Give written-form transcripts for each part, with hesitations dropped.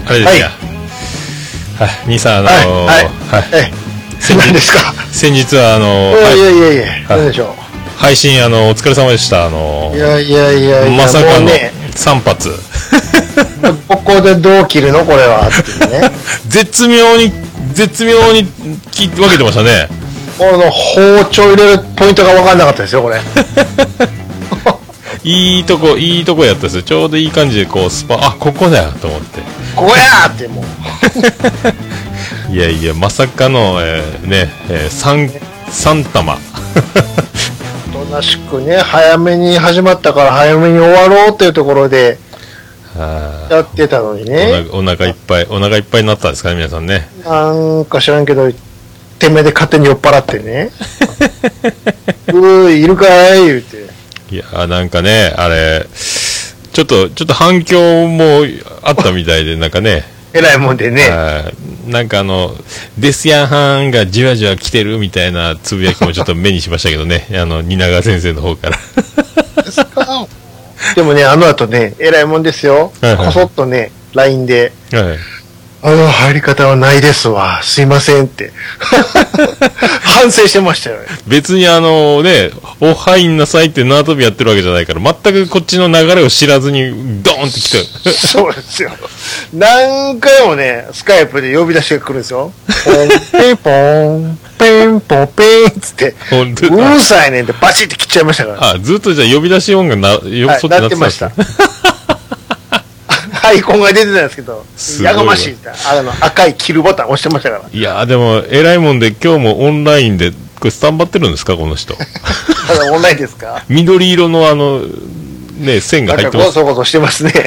あれですよ。はい、兄さん何ですか。 先日はいや何でしょう。 配信お疲れ様でした。 いやまさかの3発。 ここでどう切るのこれはっていうね。 絶妙に分けてましたね。 包丁入れるポイントが分かんなかったですよこれ。 いいとこやったですよ。ちょうどいい感じでこうここだよと思って。 ここやーってもう。 いやまさかの3玉。 おとなしくね、早めに始まったから早めに終わろうっていうところでやってたのにね。 お腹いっぱいになったんですかね皆さんね。 なんか知らんけど手目で勝手に酔っ払ってね。いるかい言うて。 いやなんかねあれちょっと反響もあったみたいでなんかね。 えらいもんでね。 なんかデスヤンハンがじわじわ来てるみたいなつぶやきもちょっと目にしましたけどね。蜷川先生の方から。 ですか。でもね、あの後ね、えらいもんですよ。こそっとね、LINE で、入り方はないですわ。すいませんって。反省してましたよね。 別にお入んなさいって縄跳びやってるわけじゃないから、全くこっちの流れを知らずにドーンって来てる。 そうですよ。何回もね、スカイプで呼び出しが来るんですよ。ペンポン、ペンポン、ペンつって、うるさいねんってバチって切っちゃいましたから。 ずっとじゃあ呼び出し音がなってました。アイコンが出てたんですけど、やがましいって赤い切るボタン押してましたから。 いやでも偉いもんで今日もオンラインでこれスタンバってるんですかこの人。 オンラインですか。 緑色の線が入ってます。 ゴソゴソしてますね。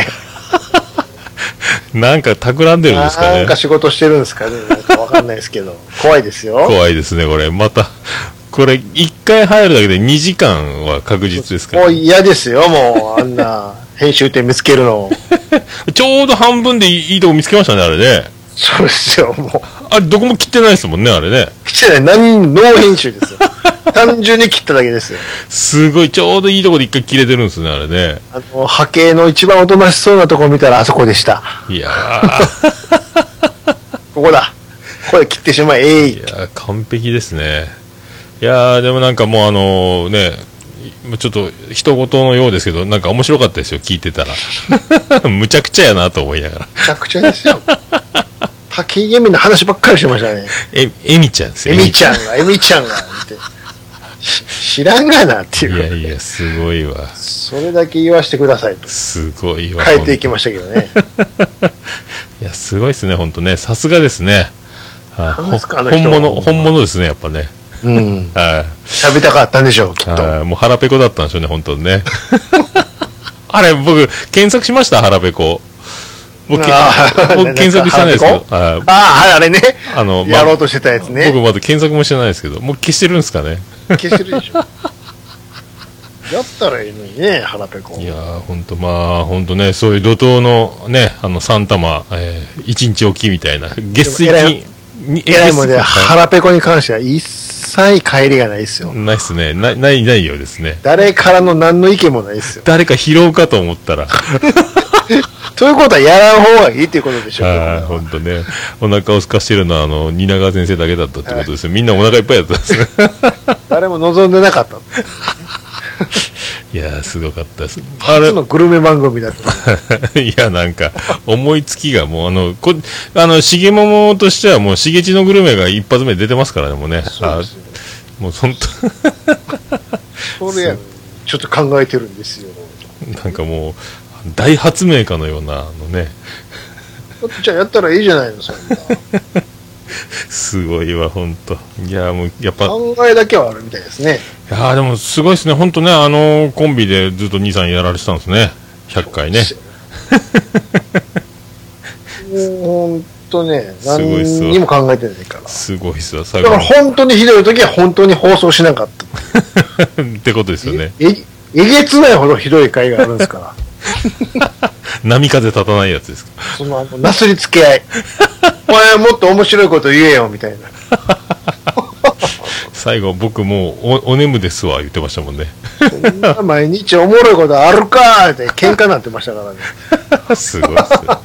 なんか企んでるんですかね。 なんか仕事してるんですかね。なんかわかんないですけど怖いですよ。 怖いですねこれ。またこれ1回入るだけで2時間は確実ですから、 もう嫌ですよもうあんな編集点見つけるの。 ちょうど半分でいいとこ見つけましたねあれね。 そうですよもうあれどこも切ってないですもんねあれね。 切ってないノー編集ですよ。単純に切っただけですよ。 すごいちょうどいいとこで一回切れてるんですねあれね。 波形の一番おとなしそうなところ見たらあそこでした。 いやーここだこれ切ってしまえ。 いや完璧ですね。いやでもなんかもうちょっと人事のようですけどなんか面白かったですよ聞いてたら。むちゃくちゃやなと思いながら。 むちゃくちゃですよ。滝ゲミの話ばっかりしてましたね。 エミちゃんですよ。 エミちゃんがって知らんがなっていう。 いやすごいわ。 それだけ言わしてくださいと。 すごいわ。 変えていきましたけどね。 いやすごいですね本当ね。さすがですね。本物ですねやっぱね。 喋りたかったんでしょうきっと。 もう腹ペコだったんでしょうね本当にね。あれ僕検索しました腹ペコ。僕検索してないですけど。 あれね。やろうとしてたやつね。 僕まだ検索もしてないですけど、もう消してるんですかね。 消してるでしょ。やったらいいのにね腹ペコ。 いや本当ねそういう怒涛のね3玉1日おきみたいな月水金。 えらいもんで腹ペコに関しては一切帰りがないですよ。 ないっすね。ないようですね。 誰からの何の意見もないですよ。 誰か拾うかと思ったら。 ということはやらん方がいいっていうことでしょう。 本当ね。お腹を空かしてるのは蜷川先生だけだったってことですよ。みんなお腹いっぱいだったんですね。 誰も望んでなかった。 いやすごかったです。 初のグルメ番組だった。 いやなんか思いつきがもうしげももとしてはもうしげちのグルメが一発目出てますからねもうね。もう本当。 それやちょっと考えてるんですよ。 なんかもう大発明家のようなね。 じゃあやったらいいじゃないのそんな。 すごいわ本当。いやもうやっぱ考えだけはあるみたいですね。 いやでもすごいですね本当ねコンビでずっと兄さんやられてたんですね100回ね。 もう本当ね何にも考えてないからすごいっすわ。 だから本当にひどい時は本当に放送しなかったってことですよね。 えげつないほどひどい回があるんですから。 波風立たないやつですか。 そのなすりつけ合い。お前もっと面白いこと言えよみたいな。 最後僕もうお眠ですわ言ってましたもんね。 そんな毎日おもろいことあるかーって喧嘩になってましたからね。 すごいっすね。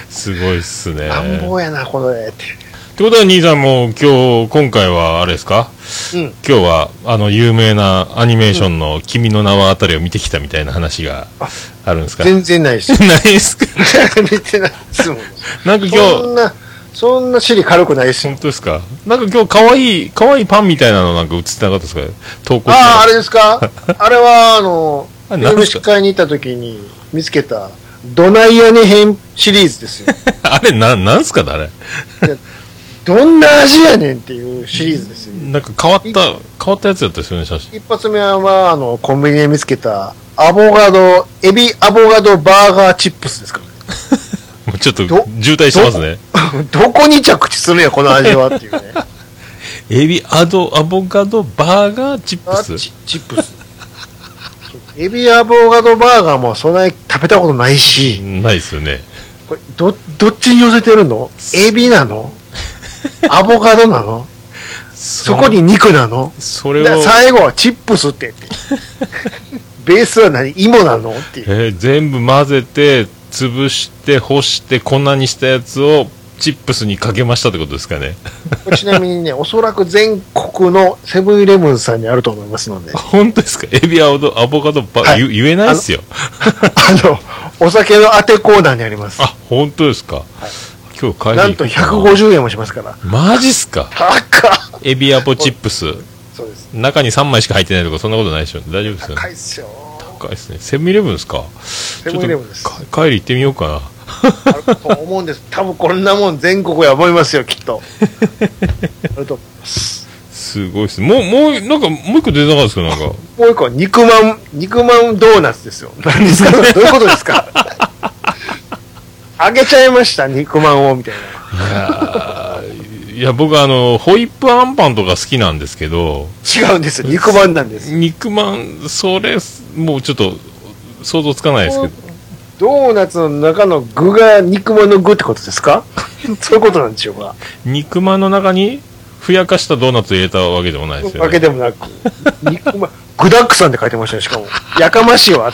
すごいっすね。 乱暴やな、この絵って。 ってことは、兄さんも今回はあれですか？うん。今日は、有名なアニメーションの君の名はあたりを見てきたみたいな話があるんですか？ 全然ないです。 ないですか？ 見てないですもん。 なんか今日、 そんな尻軽くないですよ。 本当ですか？なんか今日可愛いパンみたいなのなんか映ってなかったですか？投稿して。 あれですか？あれは、飯会に行った時に見つけた、どないやね編シリーズですよ。 あれ、なんすかあれ。 どんな味やねんっていうシリーズですよ。 なんか変わったやつだったですよね、写真。 一発目は、コンビニで見つけた、エビアボガドバーガーチップスですからね。 もうちょっと渋滞してますね。 どこに着地するんや、この味はっていうね。 エビアボガドバーガーチップスチップス。エビアボガドバーガーもそんなに食べたことないし。 ないですよね。 これ、どっちに寄せてるの？エビなの？アボカドなの？そこに肉なの？ それを最後はチップスってベースは何？芋なのっていう。 全部混ぜて潰して干して粉にしたやつをチップスにかけましたってことですかね。 ちなみにね、おそらく全国のセブンイレブンさんにあると思いますので。 本当ですか？エビアボカドはい、 言えないですよ。 お酒の当てコーナーにあります。 あ、本当ですか？はい、今日帰りなんと150円もしますから。 マジっすか？ 高エビアボチップス。 そうです。 中に3枚しか入ってないとかそんなことないでしょ？大丈夫ですよね。 高いっすよ。 高いですね。セブンイレブンですか？ セブンイレブンです。 帰り行ってみようかな。 あると思うんです。多分こんなもん全国や思いますよ、きっと。あると思います。 すごいっす。もう一個出てなかったですか？なんか。 もう一個は肉まんドーナツですよ。何ですか？どういうことですか？あげちゃいました、肉まんを、みたいな。 いや、僕ホイップあんパンとか好きなんですけど。 違うんですよ、肉まんなんです。 肉まん、もうちょっと、想像つかないですけど。 ドーナツの中の具が肉まんの具ってことですか？そういうことなんでしょうか？ 肉まんの中に、ふやかしたドーナツを入れたわけでもないですよね。 わけでもなく。肉まん、具だくさんって書いてましたよ、しかも。やかましいわって。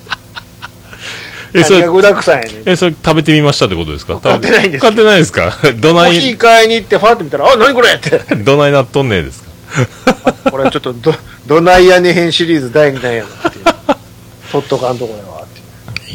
何が具だくさんやねん。 それ食べてみましたってことですか？ 買ってないんです。 買ってないですか？どない。 コーヒー買いに行って、ファーって見たら、あ、何これって。 どないなっとんねえですか？これちょっと、どないやね編シリーズ第2弾やなっていう。取っとかんとこやわって。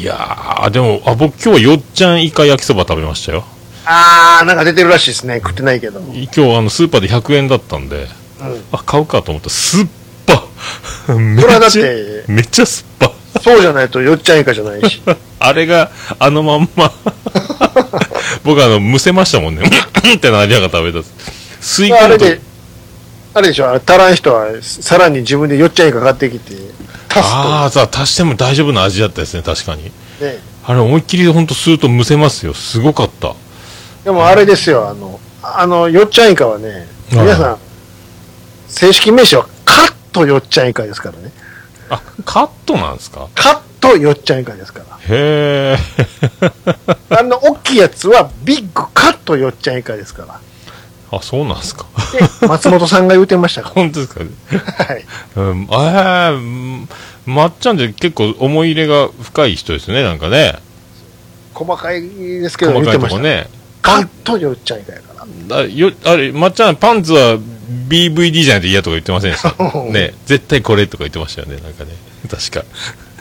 いやー、でも、僕今日よっちゃんイカ焼きそば食べましたよ。 なんか出てるらしいですね。食ってないけど。今日スーパーで100円だったんで、買うかと思ったら、酸っぱめっちゃ、だってめっちゃ酸っぱそうじゃないとよっちゃんイカじゃないし。 あれが、まんま僕むせましたもんね。ってなりながら食べた。吸い込むと。 あれでしょ、足らん人は、さらに自分でよっちゃんイカ買ってきて、 足しても大丈夫な味だったですね、確かに。 ね、 あれ、思いっきりほんと吸うとむせますよ。すごかった。 でもあれですよ、よっちゃんイカはね、皆さん、正式名称はカットよっちゃんイカですからね。 あ、カットなんですか？ カットよっちゃんイカですから。 へー。大きいやつはビッグカットよっちゃんイカですから。 あ、そうなんですか。 で、松本さんが言うてましたから。 本当ですか？ はい。 まっちゃんって結構思い入れが深い人ですね、なんかね。 細かいですけど、 細かいとこね。 カットよっちゃんイカやから。 あれ、まっちゃん、パンツは BVD じゃないと嫌とか言ってませんでしたね。絶対これとか言ってましたよね、なんかね。確か。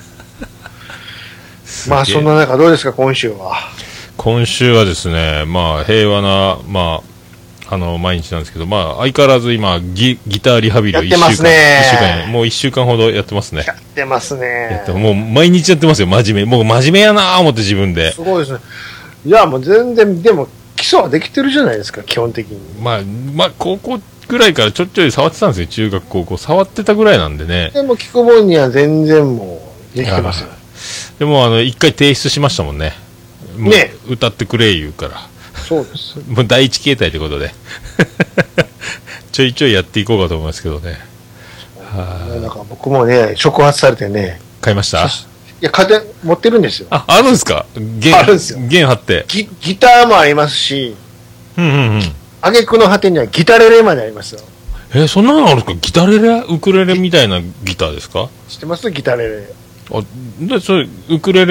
まあ、そんな中、どうですか、今週は。 今週はですね、まあ、平和な、まあ、毎日なんですけど、まあ、相変わらず今、ギターリハビリを 1週間、 もう1週間ほどやってますね。 やってますね。 もう毎日やってますよ、真面目。もう真面目やなぁ思って自分で。 すごいですね。いや、もう全然、でも、基礎はできてるじゃないですか、基本的に。 まあ、高校ぐらいからちょっちょい触ってたんですよ、中学、高校。触ってたぐらいなんでね。 でも、聞く分には全然もう、できてますよ。 でも、一回提出しましたもんね。ね。歌ってくれ言うから。 そうです。 もう第一形態ということで。ちょいちょいやっていこうかと思いますけどね。 なんか僕もね、触発されてね。 買いました？ いや、持ってるんですよ。 あるんですか？ あるんですよ。 弦張って。 ギターもありますし、挙句の果てにはギタレレまでありますよ。 そんなのあるんですか？ギタレレ？ウクレレみたいなギターですか？ 知ってます？ギタレレ。 で、それ、ウクレレ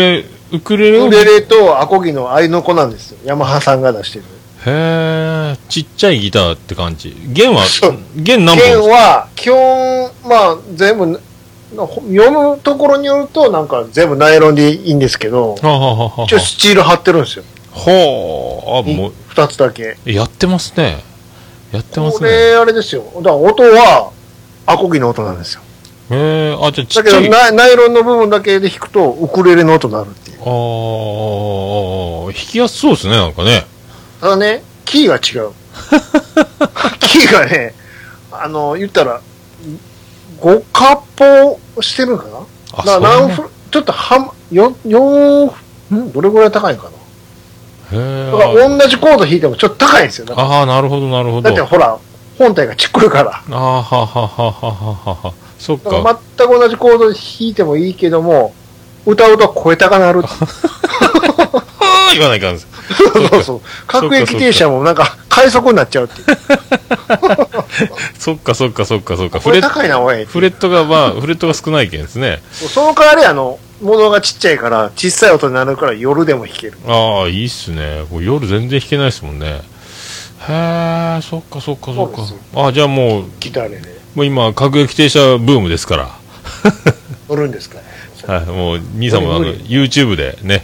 ウクレレを。 ウクレレとアコギの合いの子なんですよ。ヤマハさんが出してる。 へえ、ちっちゃいギターって感じ。弦は、弦何本？ 弦は、基本、まあ、全部、読むところによると、なんか全部ナイロンでいいんですけど、一応スチール貼ってるんですよ。 ほう、 もう、二つだけ。 やってますね。やってますね。 これ、あれですよ。だから音は、アコギの音なんですよ。 へえ、あ、じゃあちっちゃい。 だけどナイロンの部分だけで弾くと、ウクレレの音になるっていう。 弾きやすそうですね、なんかね。ただね、キーが違う。キーがね、言ったら、5カッポしてるのかな。だから何分、ちょっと4、どれぐらい高いかな。へえ。だから同じコード弾いてもちょっと高いんですよ。 ああ、なるほど、なるほど。 だってほら、本体がちっこいから。 ああ、ははははは。そっか。 全く同じコード弾いてもいいけども、歌うと声高なる。 言わないかんです。 そうそう。各駅停車もなんか快速になっちゃうっていう。 そっか。フレットが少ないけんですね。 その代わり物がちっちゃいから、小さい音になるから夜でも弾ける。 ああ、いいっすね。夜全然弾けないですもんね。へえ、そっか。あ、じゃあもう、 ギターでね。 もう今、各駅停車ブームですから。 乗るんですかね。 はい、もう、兄さんもYouTube でね。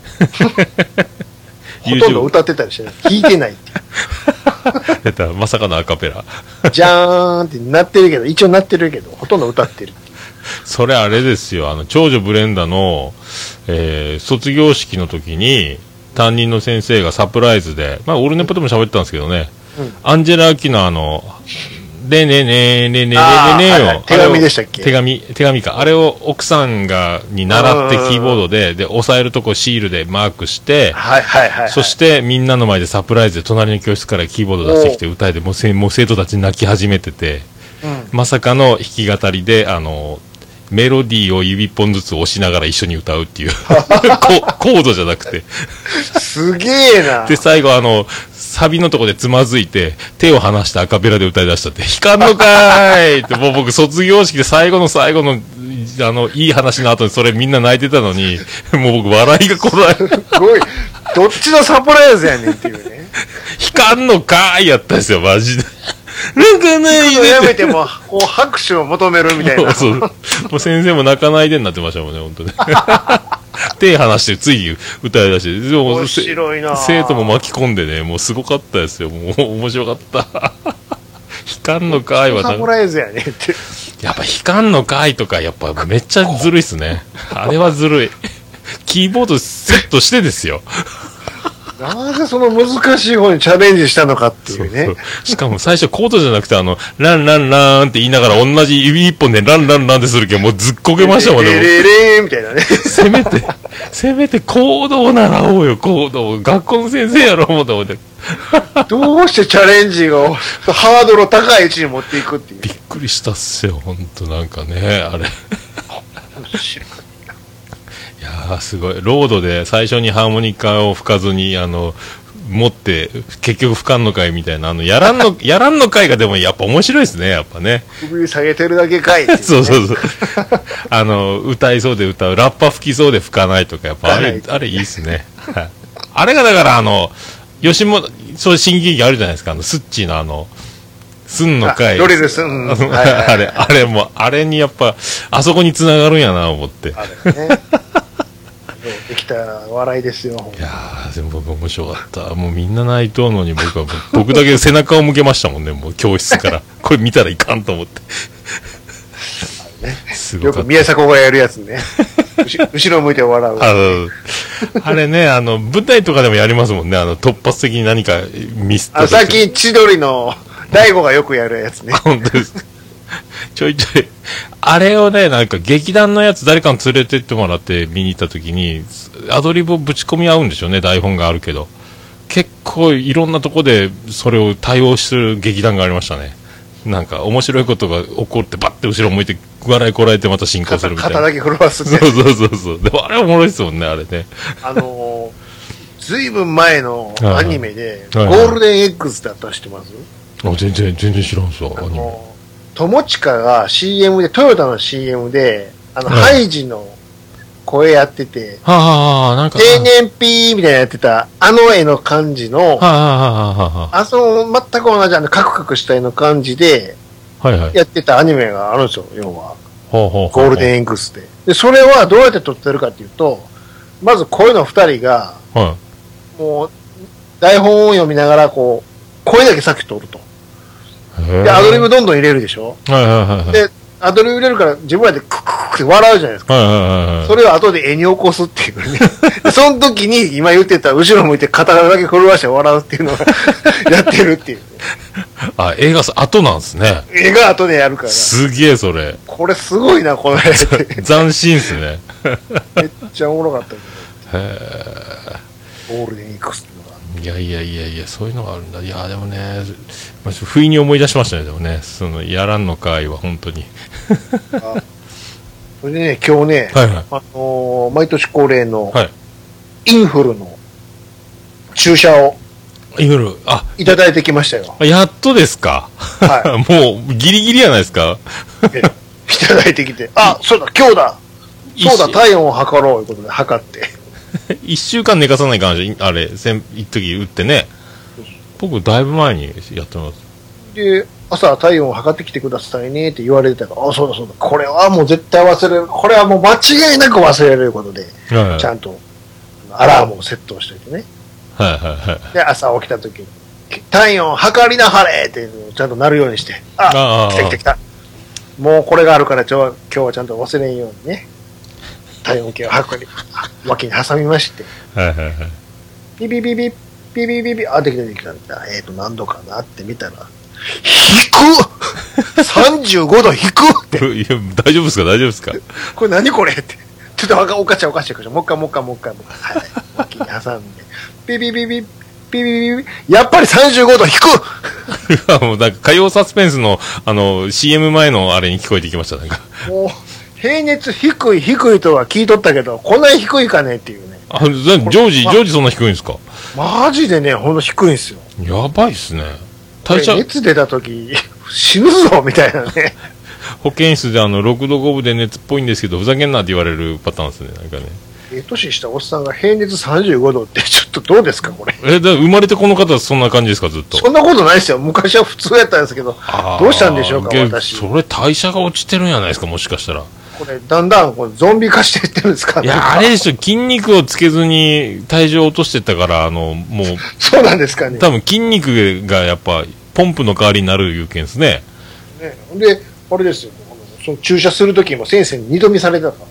ほとんど歌ってたりしてない。弾いてないっていう。まさかのアカペラ。 じゃーんってなってるけど、一応なってるけど、ほとんど歌ってるっていう。 それあれですよ、長女ブレンダの、卒業式の時に、担任の先生がサプライズで、まあ、オルネポでも喋ったんですけどね、アンジェラ・アキのでねよ。 手紙でしたっけ？ 手紙か。あれを奥さんに習ってキーボードで、押さえるとこシールでマークして、そしてみんなの前でサプライズで隣の教室からキーボード出してきて歌えて、もう生徒たち泣き始めてて、まさかの弾き語りで、メロディーを指一本ずつ押しながら一緒に歌うっていう。コードじゃなくて。 すげえな。 で、最後サビのとこでつまずいて、手を離してアカペラで歌い出したって、弾かんのかーいって、もう僕卒業式で最後の、いい話の後にそれみんな泣いてたのに、もう僕笑いがこらえる。 すごい。どっちのサプライズやねんっていうね。 弾かんのかーいやったんですよ、マジで。なんかないやめても、こう拍手を求めるみたいな。 もう先生も泣かないでになってましたもんね、本当に。手離してつい歌い出して、 面白いな。 生徒も巻き込んでね、もうすごかったですよ。もう面白かった。弾かんのかいはサプライズやねって。 やっぱ弾かんのかいとか、やっぱめっちゃずるいっすね。あれはずるい。キーボードセットしてですよ。 なぜその難しい方にチャレンジしたのかっていうね。 そうしかも最初コードじゃなくてランランラーンって言いながら同じ指一本でランランランってするけど、もうずっこけましたもんね。 レレーみたいなね。 せめてコードを習おうよ、コードを。学校の先生やろう思って。 どうしてチャレンジをハードルを高い位置に持っていくっていう。 びっくりしたっすよ、ほんとなんかね、あれ。いやーすごい。ロードで最初にハーモニカを吹かずに、持って、結局吹かんのかいみたいな、やらんのかいがでもやっぱ面白いですね、やっぱね。 首下げてるだけかい、ね。 そう。歌いそうで歌う、ラッパ吹きそうで吹かないとか、やっぱあれいいっすね。あれがだから、吉本、そういう新喜劇あるじゃないですか、スッチーのすんのかい。 ドリルすん。 あれも、あれにやっぱ、あそこに繋がるんやな、思って。 あれね。できた笑いですよ。 いやー、でも僕面白かった。もうみんな泣いとうのに僕だけ背中を向けましたもんね、もう教室から。これ見たらいかんと思って。 すごい。よく宮迫がやるやつね。後ろ向いて笑う。 あれね、舞台とかでもやりますもんね、突発的に何かミスった。 最近千鳥の大悟がよくやるやつね。 本当ですか。ちょいちょい、あれをね、なんか劇団のやつ誰かに連れてってもらって見に行った時に、アドリブをぶち込み合うんでしょうね、台本があるけど。結構いろんなとこでそれを対応する劇団がありましたね。なんか面白いことが起こってバッて後ろ向いて笑いこらえてまた進行するみたいな。 肩だけ震わすね。そう。でもあれおもろいですもんね、あれね。 ずいぶん前のアニメで、ゴールデン X ってあったら知ってます？ 全然知らんすわ、アニメ。 友近が CM で、トヨタの CM で、ハイジの声やってて、 なんか。 青年ピーみたいなやってた、あの絵の感じの、全く同じカクカクした絵の感じで、やってたアニメがあるんですよ、要は。ゴールデン X で。で、それはどうやって撮ってるかっていうと、まず声の二人が、もう、台本を読みながら、こう、声だけ先撮ると。で、アドリブどんどん入れるでしょ。で、アドリブ入れるから自分らでクククって笑うじゃないですか。それを後で絵に起こすっていうね。その時に今言ってた後ろ向いて肩だけ震わして笑うっていうのがやってるっていう、ね。 あ、映画後なんですね。 映画後でやるから。 すげえそれ。 これすごいな、この絵。 斬新っすね。 めっちゃおもろかったけど。 へー。ゴールデン X っていうのが。 いや、そういうのがあるんだ。いや、でもね、不意に思い出しましたね、でもね。やらんの会は本当に。 それでね、今日ね、毎年恒例の、インフルの注射を、いただいてきましたよ。 やっとですか。もう、ギリギリやないですか。 いただいてきて、そうだ、今日だ。そうだ、体温を測ろうということで、測って。 1週間寝かさない感じ、あれ、一時打ってね。僕、だいぶ前にやってます。 で、朝体温を測ってきてくださいねって言われてたから、そうだ。これはもう絶対忘れる。これはもう間違いなく忘れられることで、ちゃんとアラームをセットしておいてね。で、朝起きた時に、体温測りなはれっていうのをちゃんとなるようにして、来た。もうこれがあるから今日はちゃんと忘れんようにね。体温計を測り、脇に挟みまして。ビビ、できた。何度かなって見たら、引く !35 度引くって。 いや、大丈夫ですかこれ何これって。ちょっとおかしい。もう一回。脇に挟んで。ビやっぱり35度引くもうなんか歌謡サスペンスの、CM 前のあれに聞こえてきました、なんか。 もう、平熱低いとは聞いとったけど、こんなに低いかねっていうね。 常時そんな低いんですか？ マジでね、ほんと低いんですよ。 やばいっすね。 熱出た時、死ぬぞみたいなね。 保健室で6度5分で熱っぽいんですけど、ふざけんなって言われるパターンですね、なんかね。 年したおっさんが平熱35度ってちょっとどうですか、これ。 生まれてこの方はそんな感じですか、ずっと。 そんなことないですよ。昔は普通やったんですけど、どうしたんでしょうか、私。 それ代謝が落ちてるんじゃないですか、もしかしたら。 これ、だんだんゾンビ化していってるんですか？ いや、あれでしょ、筋肉をつけずに体重を落としてったから、もう。 そうなんですかね。 多分筋肉がやっぱ、ポンプの代わりになるいうけんですね。 で、あれですよ、その注射するときも先生に二度見されたから、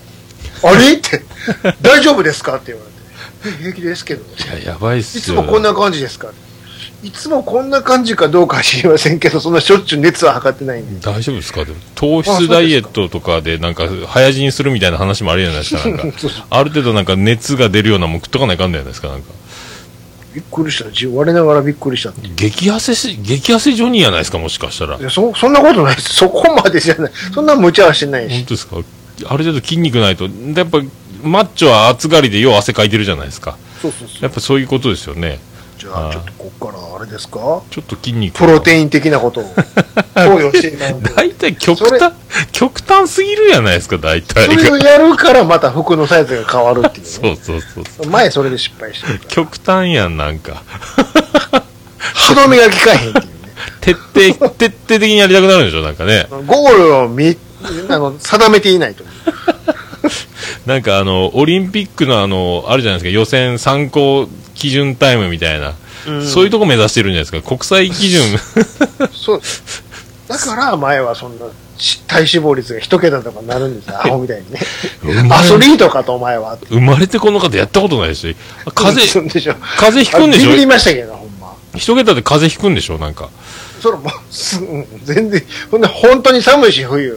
あれって、大丈夫ですかって言われて、平気ですけど。 いや、やばいっすよ。 いつもこんな感じですか？いつもこんな感じかどうかは知りませんけど、そんなしょっちゅう熱は測ってないんで。 大丈夫ですか？でも糖質ダイエットとかでなんか早死にするみたいな話もあるじゃないですか。なんかある程度なんか熱が出るようなもん食っとかないかんじゃないですか。なんかびっくりした。我ながらびっくりした。 激痩せジョニーやないですか、もしかしたら。 いや、そんなことないです。そこまでじゃない。そんな無茶はしてないし。 本当ですか？ある程度筋肉ないと。やっぱマッチョは暑がりでよう汗かいてるじゃないですか。 そう。 やっぱそういうことですよね。 じゃあちょっとこっからあれですか？ ちょっと筋肉。 プロテイン的なことを投与していかんと。 大体極端すぎるやないですか、大体。 それをやるからまた服のサイズが変わるっていうね。 そう。 前それで失敗してる。 極端やん、なんか。 歯止めが効かへんっていうね。 徹底的にやりたくなるんでしょ、なんかね。 ゴールを定めていないと。 なんかオリンピックのあるじゃないですか、予選参考基準タイムみたいな、そういうとこ目指してるんじゃないですか、国際基準。 そう。だから前はそんな体脂肪率が一桁とかになるんですよ、アホみたいにね。アスリートかと、お前は。 生まれてこの方やったことないし、風邪ひくんでしょ。 ビビりましたけど、ほんま。 一桁で風邪ひくんでしょ、なんか。 それも全然、ほんで本当に寒いし、冬。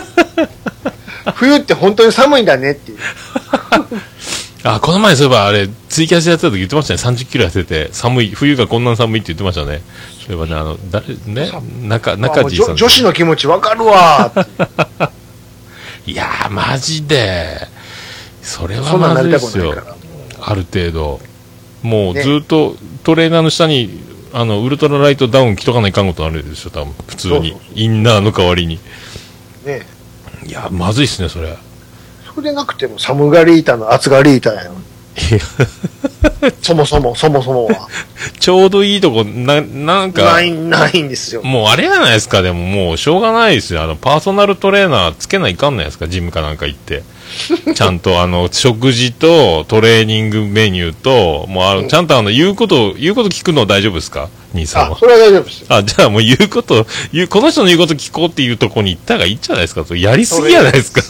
冬って本当に寒いんだねっていう。 この前そういえばあれツイキャスやってた時言ってましたね。30キロ痩せて寒い、冬がこんな寒いって言ってましたね。そういえばね、中地さん、 女子の気持ちわかるわーっていやーマジでそれはまずいですよ。ある程度もうずっとトレーナーの下にウルトラライトダウン着とかないかんことあるでしょ、多分普通にインナーの代わりにね。いやまずいっすね、それ。 フでなくても寒がり板の厚がり板やの。そもそもは。 ちょうどいいとこ、なんか。 ないんですよ。 もうあれじゃないですか、でももうしょうがないですよ。パーソナルトレーナーつけないかんないですか、ジムかなんか行って。ちゃんと食事とトレーニングメニューと、もうちゃんと言うこと聞くの大丈夫ですか兄さんは。 それは大丈夫ですよ。 じゃあもうこの人の言うこと聞こうっていうとこに行った方がいいんじゃないですか。やりすぎじゃないですか。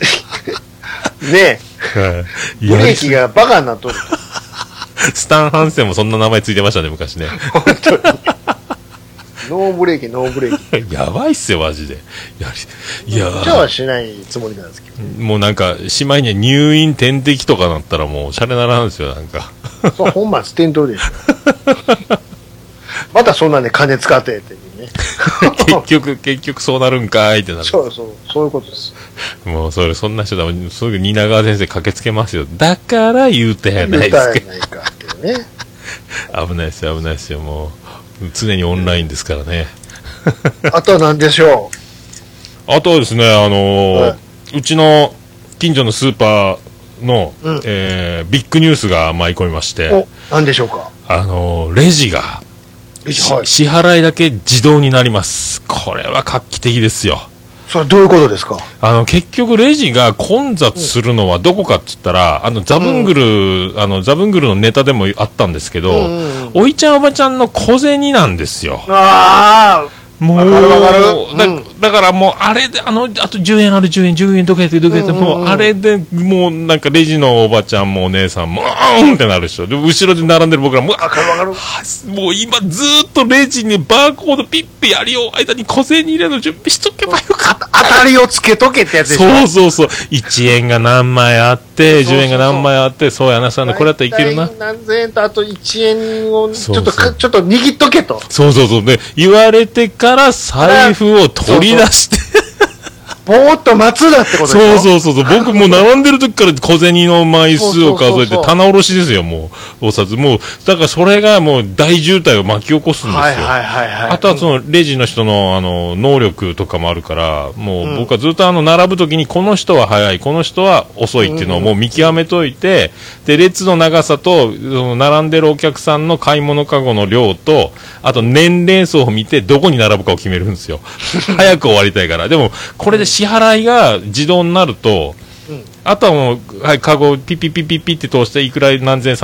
ねえ。ブレーキがバカになっとる。 スタン・ハンセンもそんな名前ついてましたね、昔ね。 本当に。ノーブレーキ。 やばいっすよ、マジで。 じゃあしないつもりなんですけど。 もうなんか、しまいには入院点滴とかなったらもう、シャレならんですよ、なんか。 そう、本末転倒でしょ。またそんなんで金使ってってね。 結局そうなるんかいってなる。 そういうことです。 もうそんな人だもん、すぐ蜷川先生駆けつけますよ。だから言うてやないですか。 言うたやないかってね。 危ないですよ、もう。常にオンラインですからね。 あとは何でしょう。あとはですね、うちの近所のスーパーの、ビッグニュースが舞い込みまして。 何でしょうか。 レジが、支払いだけ自動になります。これは画期的ですよ。 それどういうことですか。 結局レジが混雑するのはどこかっつったら、ザブングルのネタでもあったんですけど、おいちゃんおばちゃんの小銭なんですよ。もう、だからもう、あれで、あと10円ある10円どけて、もう、あれで、もうなんかレジのおばちゃんもお姉さんも、ってなるでしょ。で、後ろで並んでる僕らも、もう今ずーっとレジにバーコードピッピやりよう間に小銭入れの準備しとけばよかった。 当たりをつけとけってやつでしょ。 そう。1円が何枚あって、10円が何枚あって、そうやな、これだったらいけるな。 何千円とあと1円をちょっと握っとけと。 そう。で、言われてから財布を取り出して。 ぼーっと待つだってことでしょ。 そう。僕もう並んでる時から小銭の枚数を数えて棚卸しですよ、もう。お札。もう、だからそれがもう大渋滞を巻き起こすんですよ。あとはそのレジの人の能力とかもあるから、もう僕はずっと並ぶ時にこの人は早い、この人は遅いっていうのをもう見極めといて、で、列の長さと、並んでるお客さんの買い物かごの量と、あと年齢層を見てどこに並ぶかを決めるんですよ。早く終わりたいから。でも、これで支払いが自動になると、あとはもう、はい、カゴピッピッピッピッピッって通して、いくら何千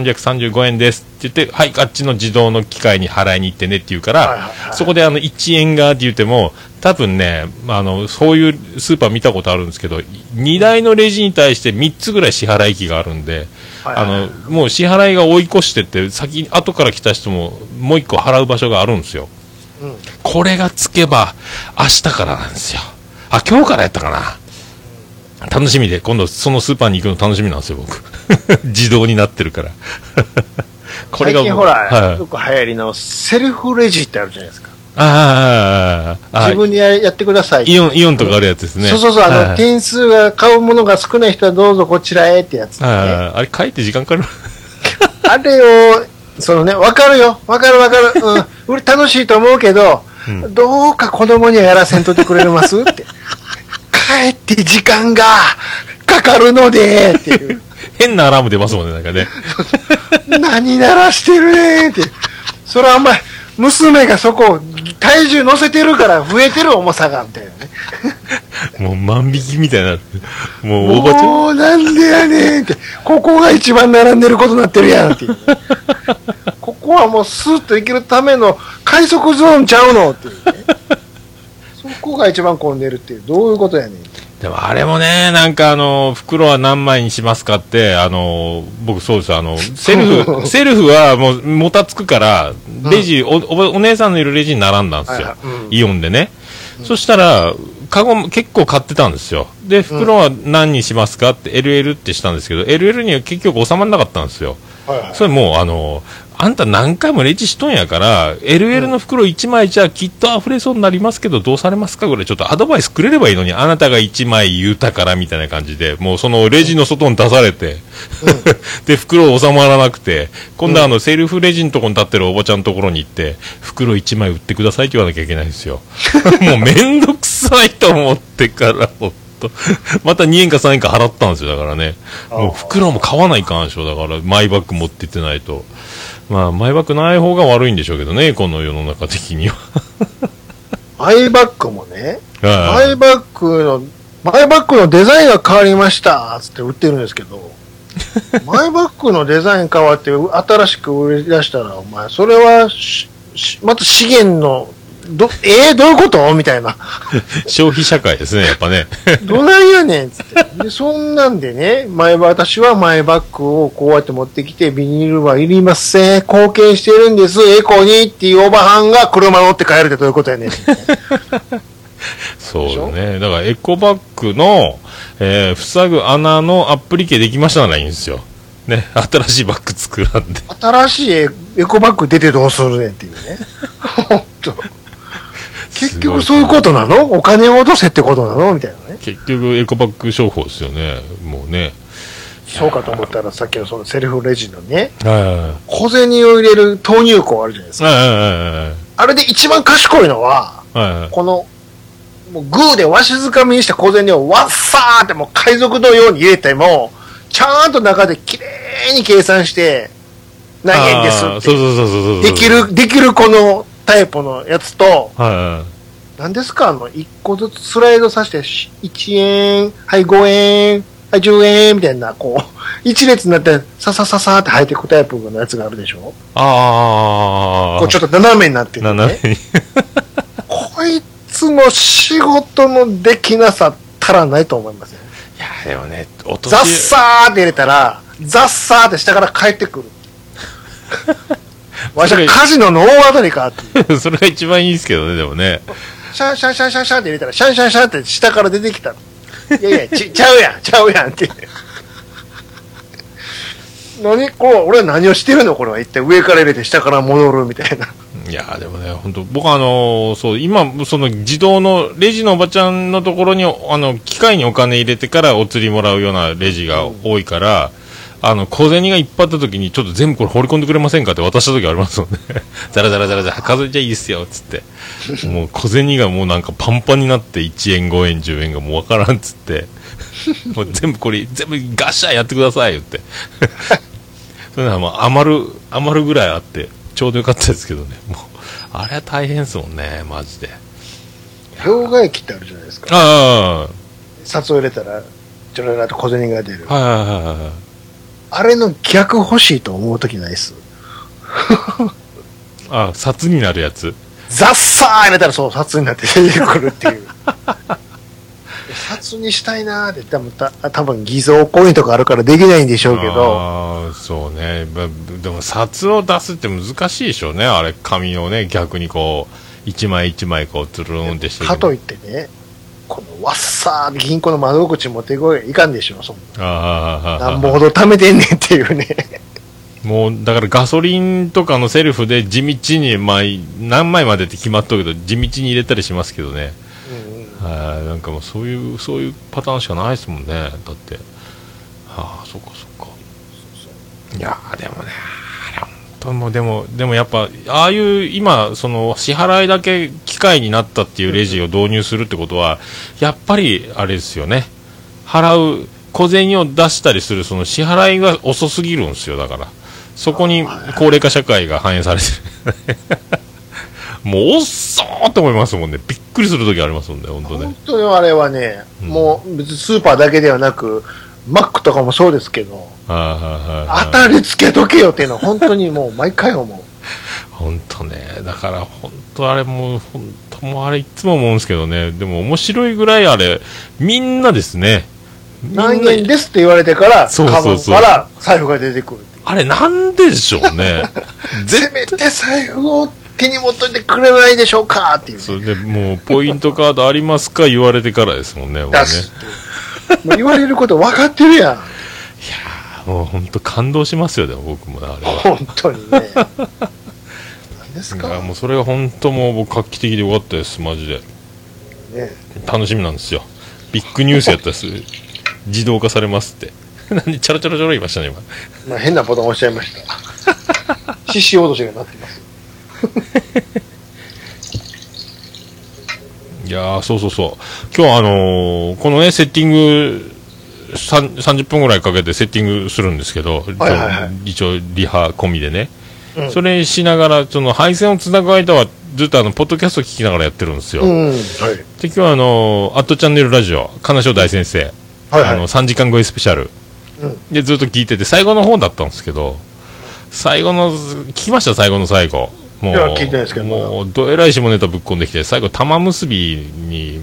335円ですって言って、はい、あっちの自動の機械に払いに行ってねって言うから、そこで1円がって言っても、多分ね、そういうスーパー見たことあるんですけど、2台のレジに対して3つぐらい支払い機があるんで、もう支払いが追い越してって、後から来た人ももう1個払う場所があるんですよ。これがつけば、明日からなんですよ。今日からやったかな。楽しみで、今度そのスーパーに行くの楽しみなんですよ、僕。自動になってるから。 これが最近ほら、よく流行りのセルフレジってあるじゃないですか。自分でやってください。 イオンとかあるやつですね。 そう、点数が買うものが少ない人はどうぞこちらへってやつ、ね。 あれ書いて時間かかる。 あれを、わかるよ。わかる。俺楽しいと思うけど、どうか子供にはやらせんといてくれますって。帰って時間がかかるのでっていう。 変なアラーム出ますもんね、なんかね。 何鳴らしてるねって。それはあんまり、娘がそこ、体重乗せてるから増えてる重さが、みたいなね。 もう万引きみたいな。もうおばちゃん。 もうなんでやねんって。ここが一番並んでることになってるやんっていう、ね。ここはもうスーッと行けるための快速ゾーンちゃうのっていうね。そこが一番混んでるっていう、どういうことやねん。 でもあれもね、なんか袋は何枚にしますかって、僕そうです、セルフはもうもたつくから、レジ、お姉さんのいるレジに並んだんですよ。イオンでね。そしたら、カゴも結構買ってたんですよ。で、袋は何にしますかって LL ってしたんですけど、LL には結局収まらなかったんですよ。それもう、あんた何回もレジしとんやから、LL の袋1枚じゃきっと溢れそうになりますけど、どうされますかぐらいちょっとアドバイスくれればいいのに、あなたが1枚言うたからみたいな感じで、もうそのレジの外に出されて、で、袋収まらなくて、今度はセルフレジのとこに立ってるおばちゃんのところに行って、袋1枚売ってくださいって言わなきゃいけないんですよ。もうめんどくさいと思ってから、本と。また2円か3円か払ったんですよ、だからね。もう袋も買わないかんでしょ、だからマイバッグ持ってってないと。まあ、マイバッグない方が悪いんでしょうけどね、この世の中的には。 マイバッグもね、マイバッグのデザインが変わりましたつって売ってるんですけど、マイバッグのデザイン変わって新しく売り出したら、お前、それはまた資源の、どういうことみたいな。 消費社会ですね、やっぱね。 どないやねんつって。で、そんなんでね、私はマイバッグをこうやって持ってきて、ビニールはいりません。貢献してるんです、エコにっていうおばはんが車乗って帰るってどういうことやねん。 そうね。だからエコバッグの、塞ぐ穴のアップリケできましたならいいんですよ。ね。新しいバッグ作らんで。 新しいエコバッグ出てどうするねんっていうね。ほんと。結局そういうことなの？お金を落とせってことなのみたいなね。 結局エコバッグ商法ですよね。もうね。 そうかと思ったらさっきのそのセルフレジのね、小銭を入れる投入口あるじゃないですか。あれで一番賢いのは、この、もうグーでわしづかみにした小銭をわっさーってもう海賊のように入れても、ちゃんと中できれいに計算して、何円ですって。できるこのタイプのやつと、何ですか1個ずつスライドさせて、1円、はい5円、はい10円みたいな、こう、一列になって、さって入っていくタイプのやつがあるでしょこうちょっと斜めになってるね。こいつの仕事のできなさ足らないと思いますよ。 いや、でもね、 ザッサーって入れたら、ザッサーって下から帰ってくる。わしはカジノの大当たりかっていう。 それが一番いいですけどね、でもね。 シャンシャンシャンシャンシャンって入れたら、シャンシャンシャンって下から出てきたの。いやいや、ちゃうやんって。俺は何をしてるのこれは一体上から入れて下から戻るみたいな。 いやでもね、本当僕そう今その自動のレジのおばちゃんのところに機械にお金入れてからお釣りもらうようなレジが多いから、小銭がいっぱいあった時にちょっと全部これ放り込んでくれませんかって渡した時ありますもんね。ザラ数えちゃいいっすよっつってもう小銭がもうなんかパンパンになって1円5円10円がもうわからんっつってもう全部ガッシャーやってください言ってそれはもう余るぐらいあってちょうどよかったですけどね。もうあれは大変ですもんね、マジで。 氷河駅ってあるじゃないですか。札を入れたらちょろっと小銭が出る。あれの逆欲しいと思うときないっす。 札になるやつ。 ザッサー入れたらそう札になって出てくるっていう。札にしたいなーって多分偽造コインとかあるからできないんでしょうけど。 そうね。でも札を出すって難しいでしょうね。あれ紙をね逆にこう一枚一枚こうつるんってして。 かといってね、このわっさー銀行の窓口持ってこいいかんでしょ。そんな。なんぼほど貯めてんねんっていうね。 もうだからガソリンとかのセルフで地道に何枚までって決まっとるけど地道に入れたりしますけどね。なんかもうそういうパターンしかないですもんね。だってそっかいやでもね本当でもやっぱああいう今その支払いだけ機械になったっていうレジを導入するってことはやっぱりあれですよね。払う小銭を出したりするその支払いが遅すぎるんですよ。だからそこに高齢化社会が反映されてるもうおっそーって思いますもんね。びっくりする時ありますもんね。本当ね。 本当にあれはね、もう別にスーパーだけではなくマックとかもそうですけど、当たりつけとけよっていうのは本当にもう毎回思う。 本当ね。だから本当あれもうあれいつも思うんですけどね。でも面白いぐらいあれみんなですね。 何円ですって言われてからカバンから財布が出てくる。 あれなんでしょうね。 せめて財布を手に持っといてくれないでしょうかっていう、ね、 それでもうポイントカードありますか言われてからですもんね。もうねもう言われること分かってるやん。いやもう本当感動しますよ。でも僕もあれは本当にね。何ですか。 もうそれが本当もう僕画期的でよかったですマジで、ね、楽しみなんですよ。ビッグニュースやったです自動化されますって何チャラチャラチャラ言いましたね今。変なボタン押しちゃいました。獅子落としがなってます。 いやー、そうそうそう。今日このね、セッティング、30分ぐらいかけてセッティングするんですけど、一応リハ込みでね、それしながら、その配線をつなぐ間はずっとポッドキャスト聞きながらやってるんですよ。で、今日はアットチャンネルラジオ、金正大先生、3時間超えスペシャル、でずっと聞いてて、最後の方だったんですけど、聞きました？最後の最後。もう、聞いてないですけど、もう、どえらい下ネタぶっこんできて、最後、玉結びって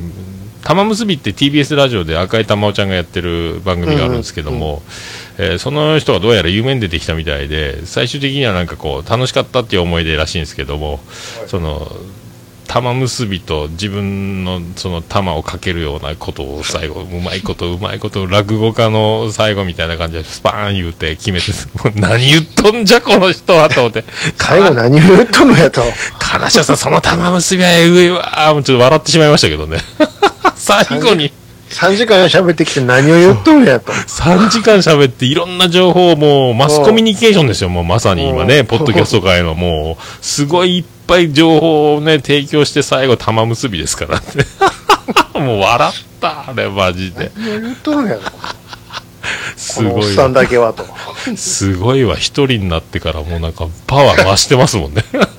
TBS ラジオで赤井玉緒ちゃんがやってる番組があるんですけども、その人がどうやら夢に出てきたみたいで、最終的にはなんかこう、楽しかったっていう思い出らしいんですけども、その、玉結びと自分のその玉をかけるようなことを最後、うまいこと落語家の最後みたいな感じでスパーン言うて決めて、もう何言っとんじゃこの人はと思って、 最後何言っとんのやと、 金城さんその玉結びはえぐいわ、もうちょっと笑ってしまいましたけどね。最後に 3時間喋ってきて何を言っとんやと。 3時間喋っていろんな情報をもうマスコミュニケーションですよ。もうまさに今ね、ポッドキャスト界のもうすごいいっぱい情報をね提供して最後玉結びですからね。もう笑ったあれマジで。 何を言っとんやと。 すごい。 このおっさんだけはと。 すごいわ、一人になってからもうなんかパワー増してますもんね。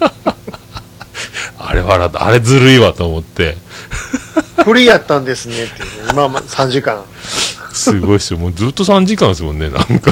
あれ笑った、あれずるいわと思って。 フリーやったんですねって、今3時間。 すごいっすよ。もうずっと3時間ですもんね、なんか。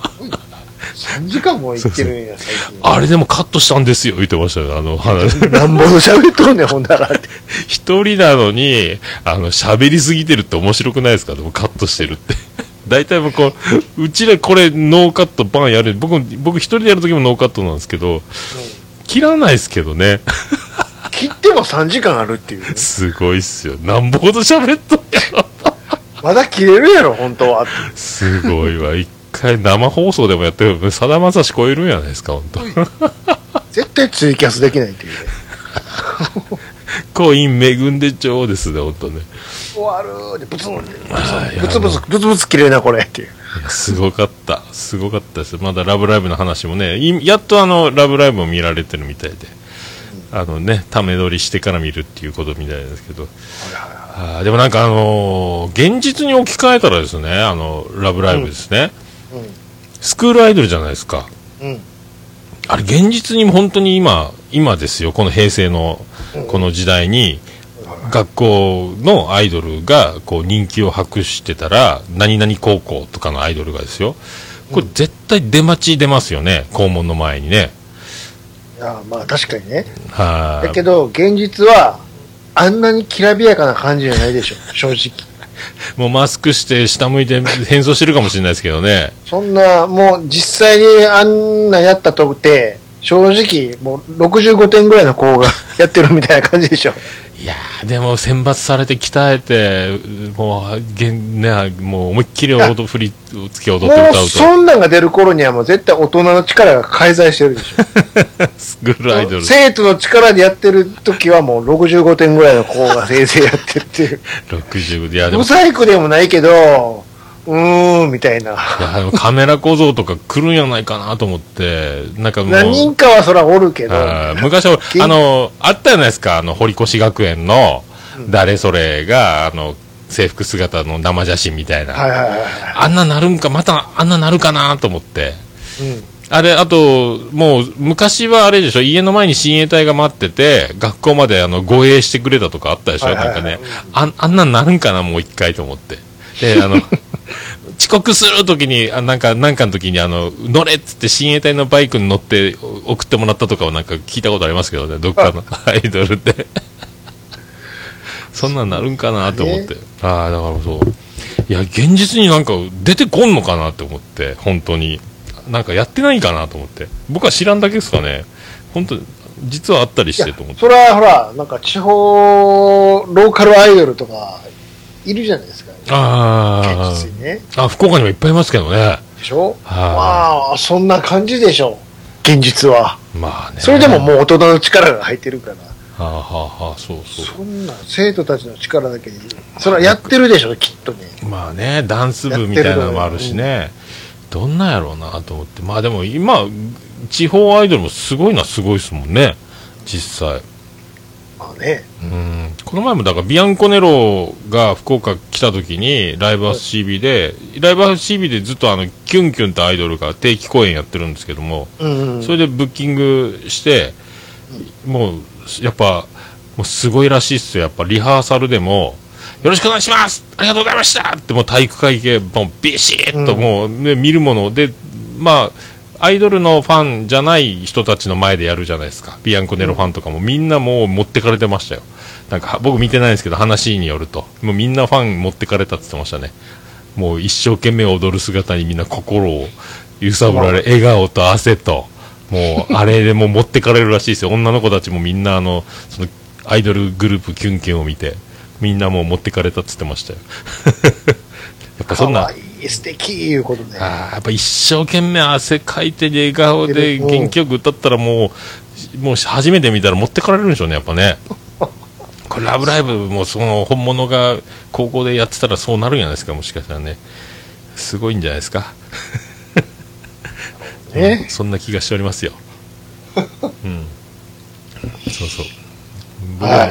3時間も言ってるんや、最近。 あれでもカットしたんですよ、言ってましたよ、話。 なんぼ喋っとんねん、ほんならって。 一人なのに、喋りすぎてるって面白くないですか？でもカットしてるって。大体もううちでこれノーカットバンやる。僕一人でやるときもノーカットなんですけど、切らないですけどね。 切っても3時間あるっていう、ね。 すごいっすよ。なんぼほど喋っとんやろ。 まだ切れるやろ、本当は。 すごいわ。一回生放送でもやってる。さだまさし超えるんじゃないですか、本当。 絶対ツイキャスできないっていうね。 コイン恵んでちょうですね、本当ね。 終わるでブツブツ切れるな、これっていう。 すごかった。すごかったです。まだラブライブの話もね、やっとラブライブを見られてるみたいで。ため撮りしてから見るっていうことみたいですけど、でもなんか現実に置き換えたらですね、ラブライブですね、スクールアイドルじゃないですか、あれ現実に本当に今ですよ、この平成のこの時代に、学校のアイドルがこう人気を博してたら、何々高校とかのアイドルがですよ、これ絶対出待ち出ますよね、校門の前にね。 いや、まあ確かにね。だけど現実はあんなにきらびやかな感じじゃないでしょ、正直。 もうマスクして下向いて変装してるかもしれないですけどね。 そんな、もう実際にあんなやったとって正直もう65点ぐらいの子がやってるみたいな感じでしょ。 いやー、でも選抜されて鍛えて、もう思いっきり振り付け踊って歌うと。 もうそんなんが出る頃にはもう絶対大人の力が介在してるでしょ。 スクールアイドル。 生徒の力でやってる時はもう65点ぐらいの子が先生やってるっていう。 65、いやでも。 ブサイクでもないけど、みたいな。いや、でもカメラ小僧とか来るんやないかなと思って、なんかもう。 何人かはそらおるけど。 昔は、あったじゃないですか、堀越学園の、誰それが、制服姿の生写真みたいな。あんななるんか、またあんななるかなと思って。あれ、あと、もう、昔はあれでしょ、家の前に親衛隊が待ってて、学校まで護衛してくれたとかあったでしょ、なんかね。あんなんなるんかな、もう一回と思って。で、遅刻するときに、なんかの時に乗れっつって親衛隊のバイクに乗って送ってもらったとかをなんか聞いたことありますけどね、どっかのアイドルで。そんなんなるんかなと思って。だからそう。いや、現実になんか出てこんのかなって思って、本当に。なんかやってないかなと思って。僕は知らんだけですかね。本当実はあったりしてと思って。 それはほら、なんか地方、ローカルアイドルとか、いるじゃないですか。現実にね。 福岡にもいっぱいいますけどね。 でしょ？まあ、そんな感じでしょ。現実は。 まあね。 それでももう大人の力が入ってるから。 そう。 そんな生徒たちの力だけに、それはやってるでしょ、きっとね。 まあね、ダンス部みたいなのもあるしね。どんなんやろうなと思って。まあでも今、地方アイドルもすごいのはすごいですもんね。実際。 まあね。 この前もだからビアンコネロが福岡来た時にライブハウス CB で、ライブハウス CB でずっとキュンキュンってアイドルが定期公演やってるんですけども、それでブッキングして、もうやっぱもうすごいらしいっすよ。やっぱリハーサルでもよろしくお願いしますありがとうございましたってもう体育会系もうビシッともう、ね、見るもので、まあアイドルのファンじゃない人たちの前でやるじゃないですか。ビアンコネロファンとかもみんなもう持ってかれてましたよ。なんか僕見てないんですけど話によるともうみんなファン持ってかれたって言ってましたね。もう一生懸命踊る姿にみんな心を揺さぶられ、笑顔と汗ともうあれでもう持ってかれるらしいですよ。女の子たちもみんなそのアイドルグループキュンキュンを見てみんなもう持ってかれたって言ってましたよ。やっぱそんなかわいい素敵いうことね。 やっぱ一生懸命汗かいて笑顔で元気よく歌ったらもう初めて見たら持ってかれるんでしょうね。やっぱねこれラブライブもその本物が高校でやってたらそうなるんじゃないですか。もしかしたらねすごいんじゃないですか。そんな気がしておりますよ。そうそう。はい。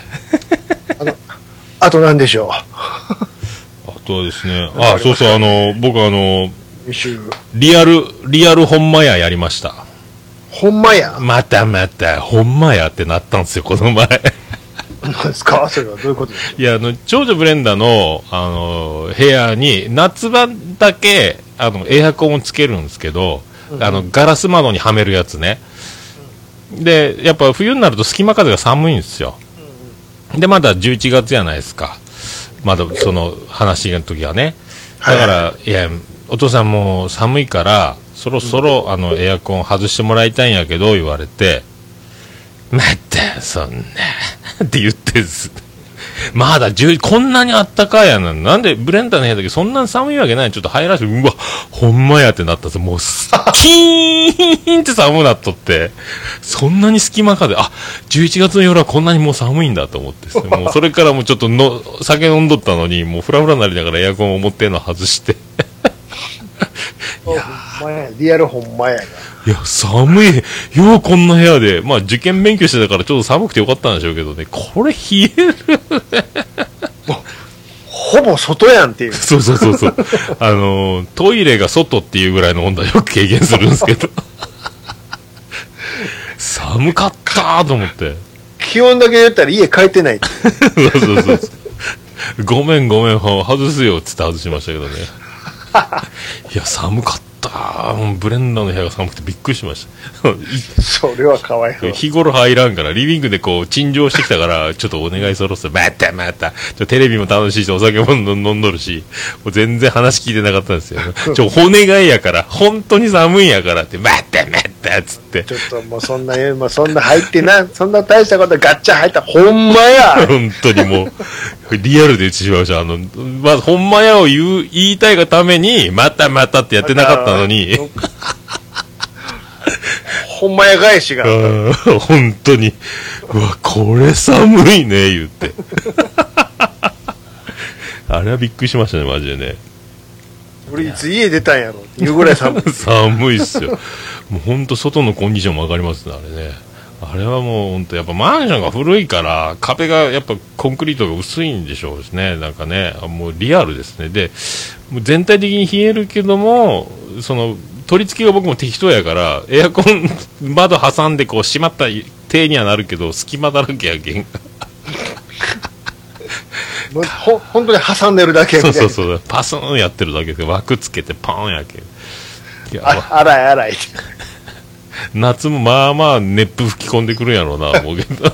あと何でしょう。 あとはですね。そうそう僕リアルほんまややりました。 ほんまや。 またほんまやってなったんですよこの前。 何ですかそれはどういうことですか。 いや長女ブレンダの部屋に夏場だけエアコンをつけるんですけど、ガラス窓にはめるやつね。でやっぱ冬になると隙間風が寒いんですよ。でまだ11月じゃないですか。まだその話の時はね。だから、いやお父さんもう寒いからそろそろエアコン外してもらいたいんやけど言われて、またそんなって言ってんですまだこんなにあったかいやなんでブレンダーの部屋だけそんなに寒いわけない。ちょっと入らせてうわほんまやってなったんですよ。もうキーンって寒くなっとってそんなに隙間風11月の夜はこんなにもう寒いんだと思ってもうそれからもうちょっと酒飲んどったのにもうフラフラになりながらエアコンを持ってんの外していやリアルほんまやがいや寒いよこんな部屋で受験勉強してたからちょっと寒くてよかったんでしょうけどねこれ冷えるほぼ外やんっていう。 そうトイレが外っていうぐらいの温度はよく経験するんですけど寒かったーと思って気温だけ言ったら家帰ってないってそうごめん外すよっつって外しましたけどねいや寒かったブレンダーの部屋が寒くてびっくりしましたそれはかわいそう。 日頃入らんからリビングでこう陳情してきたからちょっとお願いそろそろまたテレビも楽しいしお酒も飲んどるしもう全然話聞いてなかったんですよお願いやから本当に寒いんやからってまたっつってちょっともうそんな入ってそんな大したことガッチャ入ったほんまや本当にもうリアルで言ってしまいましたほんまやを言いたいがためにまたってやってなかったのにほんまや返しが本当にうわこれ寒いね言ってあれはびっくりしましたねマジでね。 俺いつ家出たんやろっていうぐらい寒い寒いっすよもう本当外のコンディションも上がりますねあれね。あれはもう本当やっぱマンションが古いから壁がやっぱコンクリートが薄いんでしょうですね。なんかねもうリアルですね。でもう全体的に冷えるけどもその取り付けが僕も適当やからエアコン窓挟んでこう閉まった手にはなるけど隙間だらけやけん本当に挟んでるだけみたいな。 そうパスンやってるだけで枠つけてパーンやけん荒い夏もまあまあ熱風吹き込んでくるんやろうな思うけど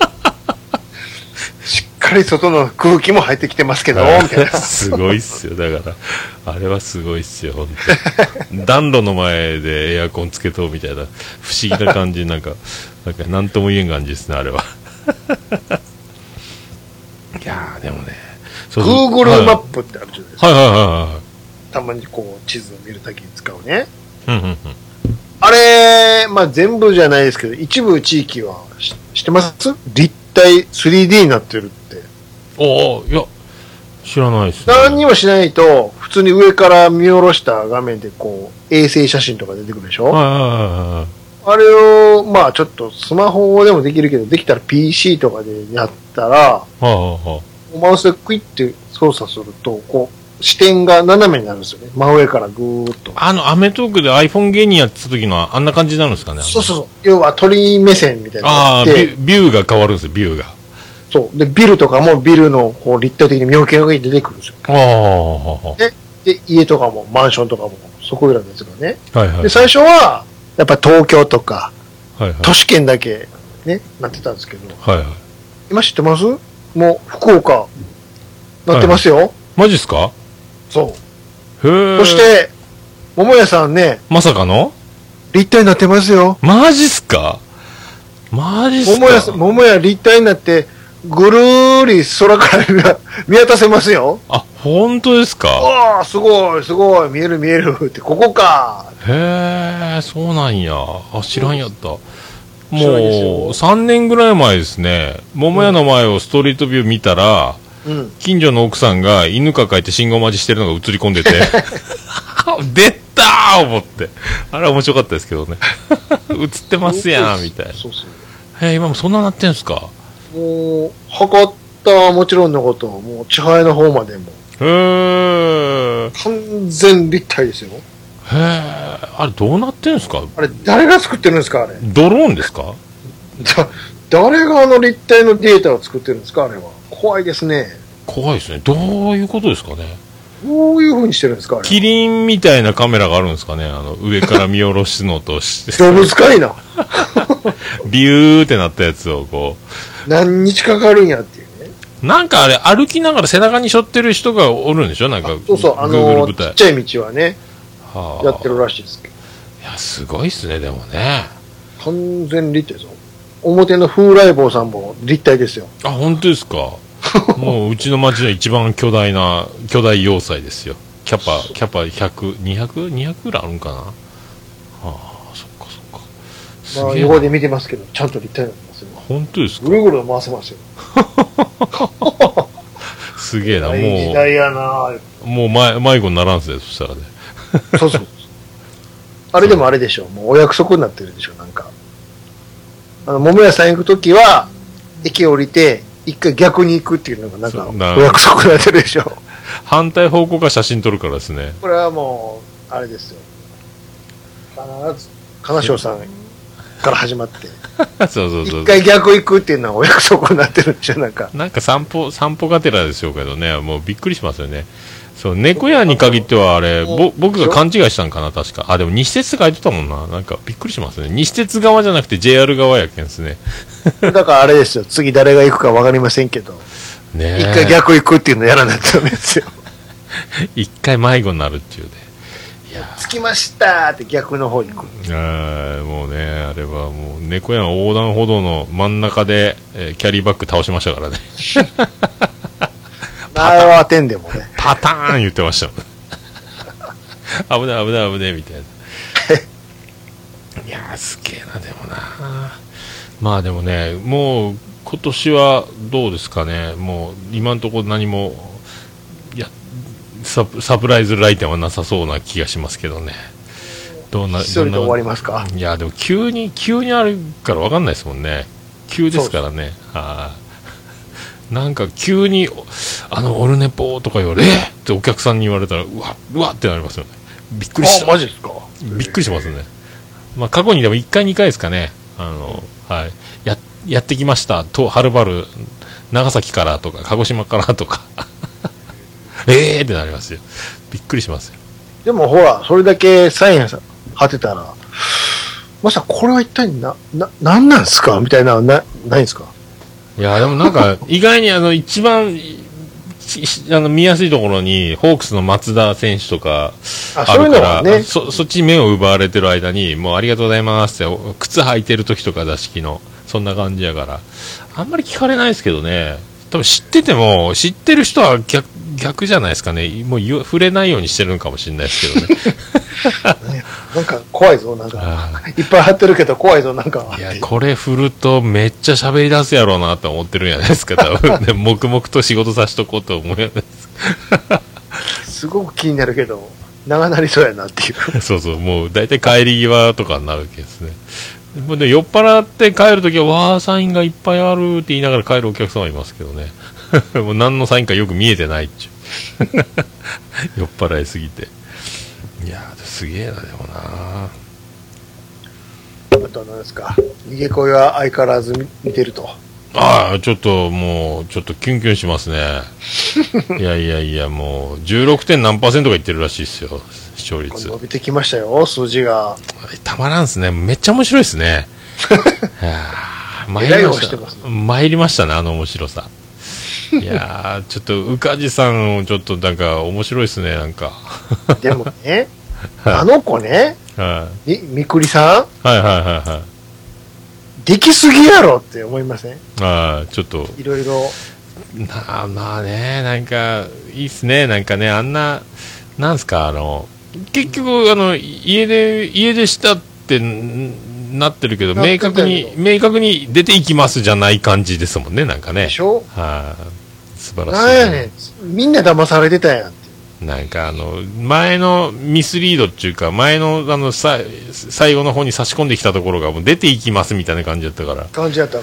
しっかり外の空気も入ってきてますけどみたいなすごいっすよ。だからあれはすごいっすよ本当暖炉の前でエアコンつけとうみたいな不思議な感じなんかなんとも言えん感じですねあれはいやでもね Google マップってあるじゃないですか。 はいたまにこう地図を見るときに使うね。あれ全部じゃないですけど一部地域は知ってます？立体 3D になってるって。 いや知らないですね。 何にもしないと普通に上から見下ろした画面でこう衛星写真とか出てくるでしょ。ああれを、まあちょっとスマホでもできるけど、できたら PC とかでやったら、マウスでクイッて操作すると、こう、視点が斜めになるんですよね。真上からぐーっと。 アメトークで iPhone 芸人やってた時のあんな感じになるんですかね。 そうそうそう。要は鳥目線みたいな。 ああ、ビューが変わるんですよ、ビューが。 そう。で、ビルとかもビルのこう立体的に見分けが出てくるんですよ。で、家とかもマンションとかもそこぐらいのやつがね。はいはい。で、最初は、やっぱ東京とか、はいはい、都市圏だけね、なってたんですけど。はいはい。今知ってます？もう福岡、なってますよ。はい、 マジっすか？ そう。へえ。そして、桃屋さんね。 まさかの？ 立体になってますよ。 マジっすか？マジっすか？ 桃屋立体になって、ぐるーり空から見渡せますよ。 あ、本当ですか？ ああ、すごい、すごい、見える見えるって、ここか。 へえ、そうなんや。あ、知らんやった。もう、3年ぐらい前ですね、桃屋の前をストリートビュー見たら、うん、近所の奥さんが犬抱えて信号待ちしてるのが映り込んでて、出たー思って。あれ面白かったですけどね。映ってますやん、みたいな。そうそう。今もそんななってんすか？ もう、博多はもちろんのこと、もう、千早の方までも。へー。完全立体ですよ。 へー。あれどうなってんすか？ あれ、誰が作ってるんですかあれ。 ドローンですか？ 誰が立体のデータを作ってるんですかあれは。怖いですね。 怖いですね。どういうことですかね。 どういう風にしてるんですかあれ。 キリンみたいなカメラがあるんですかね。上から見下ろすのと動物かいな。 ビューってなったやつをこう。何日かかるんやっていうね。 なんかあれ、歩きながら背中に背負ってる人がおるんでしょなんか。 そうそう、ちっちゃい道はね、やってるらしいですけど。 いや、すごいっすね、でもね。 完全立体ですよ。表の風来坊さんも立体ですよ。 あ、本当ですか。もううちの町の一番巨大要塞ですよ。キャパ100、200ぐらいあるんかな。はあ、そっかそっか。 まあ、横で見てますけど、ちゃんと立体になってますよ。 本当ですか？ ぐるぐる回せますよ。 すげえな、もう。 時代やな。 もう迷子にならんすね、そしたらね。 そうそう。あれでもあれでしょ。もうお約束になってるでしょ、なんか。桃屋さん行くときは、駅降りて、一回逆に行くっていうのがなんかお約束になってるでしょ。 反対方向から写真撮るからですね。 これはもうあれですよ。必ず金賞さんから始まってそう一回逆行くっていうのはお約束になってるんでしょ。なんか散歩がてらでしょうけどね、もうびっくりしますよね。そう猫屋に限ってはあれ僕が勘違いしたんかな確か。あ、でも西鉄書いてたもんな。なんかびっくりしますね。西鉄側じゃなくて JR 側やけんですね。 だからあれですよ、次誰が行くか分かりませんけどね、一回逆行くっていうのやらないとダメですよ。 一回迷子になるっていうね。 いや着きましたって逆の方に行く。 もうね、あれはもう猫屋の横断歩道の真ん中で、キャリーバッグ倒しましたからね。 あれは当てんでもねパターン言ってましたもん。危ない危ない危ないみたいな。いやーすげえな。でもな、まあでもね、もう今年はどうですかね。もう今のところ何もサプライズ来店はなさそうな気がしますけどね。 一人で終わりますか。 いやでも急にあるから分かんないですもんね。急ですからね。なんか急にオルネポとか言われてってお客さんに言われたらうわってなりますよね。びっくりした。 マジですか。 びっくりしますね。まあ過去にでも1回2回ですかね。はい、やってきましたと、はるばる長崎からとか鹿児島からとかってなりますよ。びっくりしますよ。 でもほら、それだけサイン貼ってたら、まさかこれは一体なんなんですかみたいな、ないんですか。 いや、でもなんか、意外に一番、見やすいところに、ホークスの松田選手とか、あるから、ね、そっちに目を奪われてる間に、もうありがとうございますって、靴履いてる時とか座敷の、そんな感じやから、あんまり聞かれないですけどね。多分知ってても、知ってる人は逆じゃないですかね。もう触れないようにしてるのかもしれないですけどね。 なんか怖いぞ、なんか。いっぱい貼ってるけど怖いぞ、なんか。 いや、これ振るとめっちゃ喋り出すやろうなと思ってるんじゃないですか、多分ね。黙々と仕事さしとこうと思うやつ。 すごく気になるけど。 長なりそうやなっていう。 そうそう、もう大体帰り際とかになるわけですね。で酔っ払って帰るときは、わー、サインがいっぱいあるって言いながら帰るお客様いますけどね。もう何のサインかよく見えてないっちゅう。酔っ払いすぎて。いやー、すげえな、でもな。 あとは何ですか、逃げ恋は相変わらず見てると。 ああ、ちょっともう、ちょっとキュンキュンしますね。いやいやいや、もう、16. 点何%がいってるらしいですよ、視聴率。 伸びてきましたよ、数字が。 たまらんすね。めっちゃ面白いですね。参りましたね、あの面白さ。いやー、ちょっと、宇梶さん、ちょっとなんか、面白いですね、なんか。 でもね、あの子ね、みくりさん、 はいはいはいはい。 できすぎやろって思いません？ ああ、ちょっと。 いろいろ。 まあね、なんか、いいっすね、なんかね、あんな、なんすか、結局、家でしたってなってるけど、明確に出ていきますじゃない感じですもんね、なんかね。 でしょ？ はい、素晴らしい。 なんやねん、みんな騙されてたやんって。 なんか前のミスリードっていうか、前の最後の方に差し込んできたところがもう出ていきますみたいな感じだったから。 感じだったから。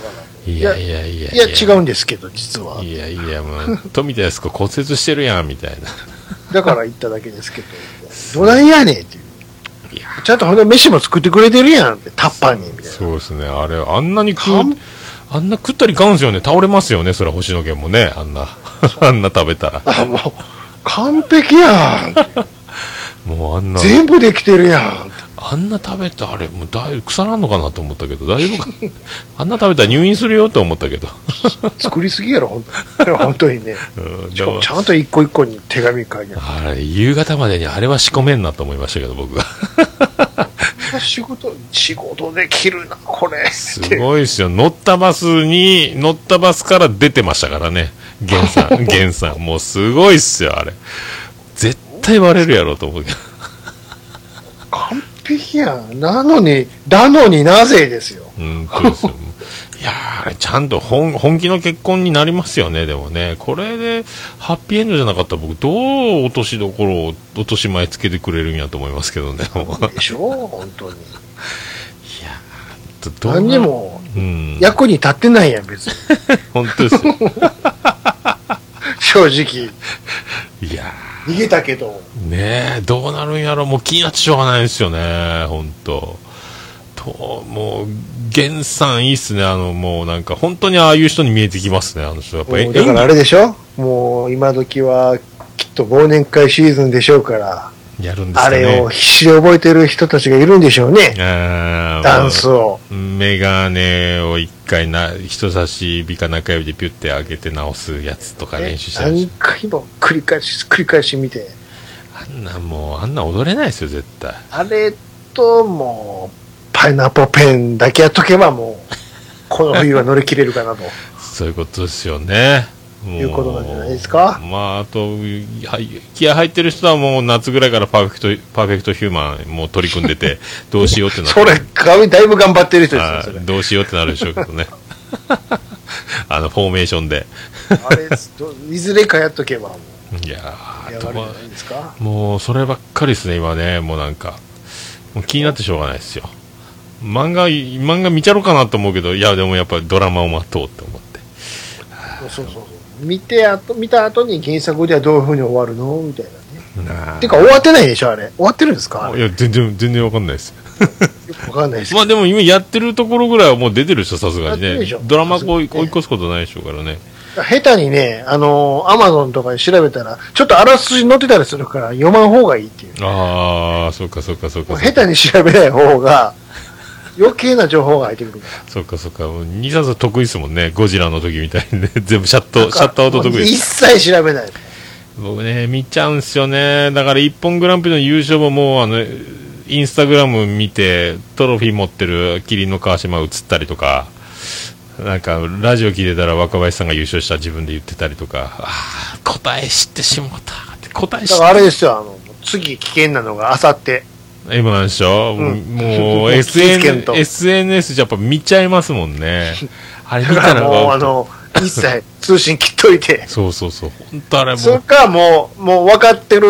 いやいやいやいや、違うんですけど、実は。 いやいや、もう、富田靖子骨折してるやん、みたいな。 だから言っただけですけど、どないやねんっていう。いやちゃんとほんと飯も作ってくれてるやんって、タッパーに、みたいな。 そうですね、あれ、あんな食ったりかんすよね、倒れますよね、それは星野源もね、あんな食べたら。 もう、完璧やん。 もうあんな。 全部できてるやん。 あんな食べたあれ、もうだいぶ腐らんのかなと思ったけど、大丈夫か。あんな食べたら入院するよと思ったけど。 作りすぎやろ、本当にね。ちゃんと一個一個に手紙書いてあれ、夕方までにあれは仕込めんなと思いましたけど、僕が。 仕事できるな、これ。 すごいですよ。乗ったバスから出てましたからね。源さん。もうすごいっすよ、あれ。絶対割れるやろと思うけど。 完璧やん。なのになぜですよ。 そうですよ。いやー、あれちゃんと本気の結婚になりますよね、でもね。これで、ハッピーエンドじゃなかったら僕、どう落とし前つけてくれるんやと思いますけどね。 でしょ本当に。いやー、何にも、役に立ってないやん、別に。 本当ですよ。 正直。 いや逃げたけど。 ねえ、どうなるんやろ、もう気になってしょうがないですよね、本当。もう、源さんいいっすね、もうなんか、本当にああいう人に見えてきますね、あの人。やっぱり。 だからあれでしょ、もう、今時は、きっと忘年会シーズンでしょうから、 やるんですかね。 あれを必死で覚えてる人たちがいるんでしょうね。ダンスを。 メガネを一回人差し指か中指でピュッて上げて直すやつとか練習してる何回も繰り返し見て。 あんな踊れないですよ、絶対。 あれと、もう、パイナップルペンだけやっとけばもう、この冬は乗り切れるかなと。 そういうことですよね。 いうことなんじゃないですか。 まあ、あと、気合入ってる人はもう夏ぐらいからパーフェクトヒューマンもう取り組んでて、どうしようってなる。 それ、だいぶ頑張ってる人ですよ、 どうしようってなるでしょうけどね。フォーメーションで。 あれ、いずれかやっとけばもう。いやー、 もうそればっかりですね、今ね。もうなんか、もう気になってしょうがないですよ。漫画見ちゃろうかなと思うけど、いや、でもやっぱりドラマを待とうって思って。 そう。見た後に原作ではどういう風に終わるのみたいなね。てか終わってないでしょ、あれ。終わってるんですか？ いや、全然わかんないです。 よくわかんないです。 まあでも今やってるところぐらいはもう出てる人さすがにね。ドラマ追い越すことないでしょうからね。 下手にね、アマゾンとかで調べたら、ちょっとあらすじ載ってたりするから読まん方がいいっていう。 ああ、そうか。 下手に調べない方が、余計な情報が入ってくるから。 そうか。2冊得意ですもんね。ゴジラの時みたいにね。全部シャットアウト得意です。 一切調べない。 僕ね、見ちゃうんすよね。だから一本グランプリの優勝ももうインスタグラム見て、トロフィー持ってるキリンの川島映ったりとか、なんか、ラジオ聞いてたら若林さんが優勝した自分で言ってたりとか、答え知ってしもた。答え知って。 だからあれですよ、次危険なのがあさって。 今なんでしょ、もう SNS じゃやっぱ見ちゃいますもんね。あれ見たらもう一切通信切っといて。 そう。本当あれもう。 それかもう分かってる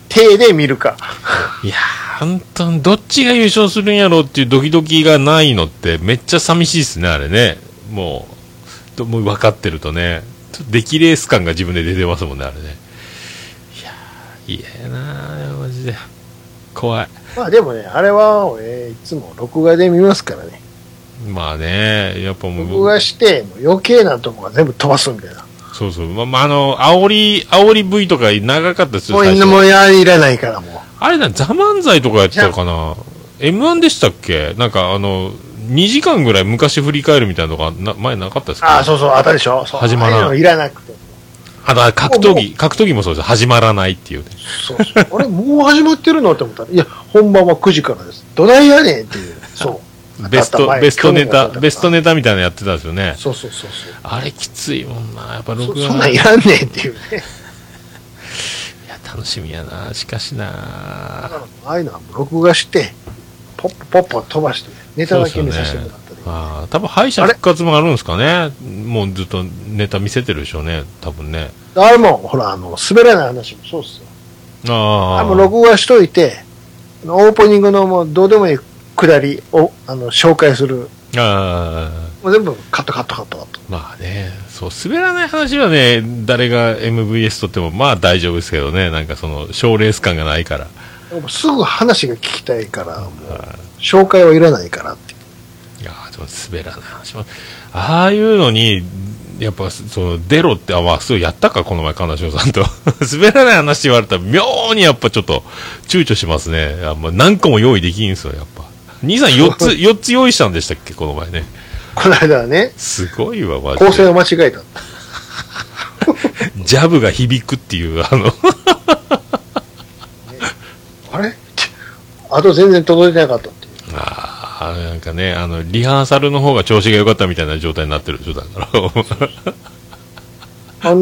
手で見るか。 いやー、本当にどっちが優勝するんやろうっていうドキドキがないのってめっちゃ寂しいですね、あれね。もう分かってるとね、出来レース感が自分で出てますもんね、あれね。いやー、嫌やなー、マジで。怖い。 まあでもね、あれは俺いつも録画で見ますからね。 まあね、やっぱもう録画してもう余計なとこが全部飛ばすみたいな。 そうそう、煽り V とか長かったですよ。 もういらないからもう。 あれだ、ザ・漫才とかやってたかな。M1 でしたっけ？なんか2時間ぐらい昔振り返るみたいなのが前なかったですか？ ああ、そうそう、あったでしょ。 始まらない。 いらなくて。 あと格闘技もそうです。始まらないっていうね。 そうそう。あれ、もう始まってるのって思ったら、いや、本番は9時からです。どないやねんっていう。そう。 ベストネタみたいなのやってたんですよね。 そう。 あれきついもんな。やっぱ録画。 そんなんいらんねんっていうね。 いや、楽しみやな。しかしな。 ああいうのは録画して、ポッポ飛ばして、ネタだけ見させてもらったり。 ああ、多分敗者復活もあるんですかね。もうずっとネタ見せてるでしょうね。多分ね。 あれも、ほら、滑らない話もそうっすよ。あれも録画しといて、オープニングのもうどうでもいいくだりを、紹介する。もう全部カット。 まあね、そう、滑らない話はね、誰が MVS とってもまあ大丈夫ですけどね。なんかその、賞レース感がないから。 すぐ話が聞きたいから、もう、紹介はいらないからって。 いやでも滑らない話も、ああいうのに、やっぱ出ろって、そうやったか、この前、金城さんと。滑らない話言われたら、妙にやっぱちょっと、躊躇しますね。何個も用意できんすよ、やっぱ。兄さん4つ用意したんでしたっけ、この前ね。 この間はね。 すごいわ、マジで。 構成を間違えた。 ジャブが響くっていう、 あれあと全然届いてなかったっていう。 なんかね、リハーサルの方が調子が良かったみたいな状態になってる状態だから。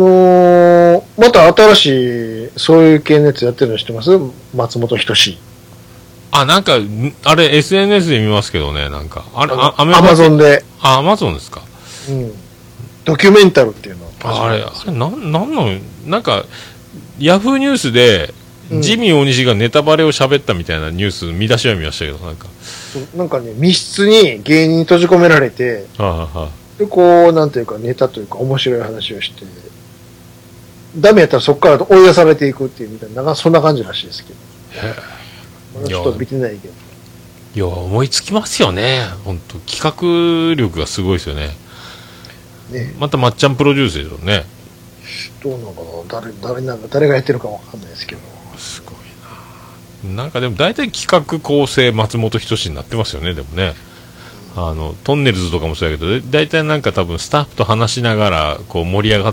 また新しい、そういう系のやつやってるの知ってます？松本人志。 なんか、あれ、SNS で見ますけどね、なんか。あれ、 アマゾンで。 アマゾンですか。 うん。ドキュメンタルっていうの。 あれ、なんか、ヤフーニュースで、ジミー大西がネタバレを喋ったみたいなニュース、見出しは見ましたけど、 なんかね、密室に芸人閉じ込められて、で、こう、なんていうか、ネタというか、面白い話をして、ダメやったらそこから追い出されていくっていうみたいな、そんな感じらしいですけど。ちょっと見てないけど。 いや、思いつきますよね。本当企画力がすごいですよね。またまっちゃんプロデュースですよね。 どうなのかな、誰がやってるかわかんないですけど。 すごいな。なんかでも大体企画構成松本人志になってますよね、でもね。トンネルズとかもそうやけど、大体なんか多分スタッフと話しながら、こう盛り上がって、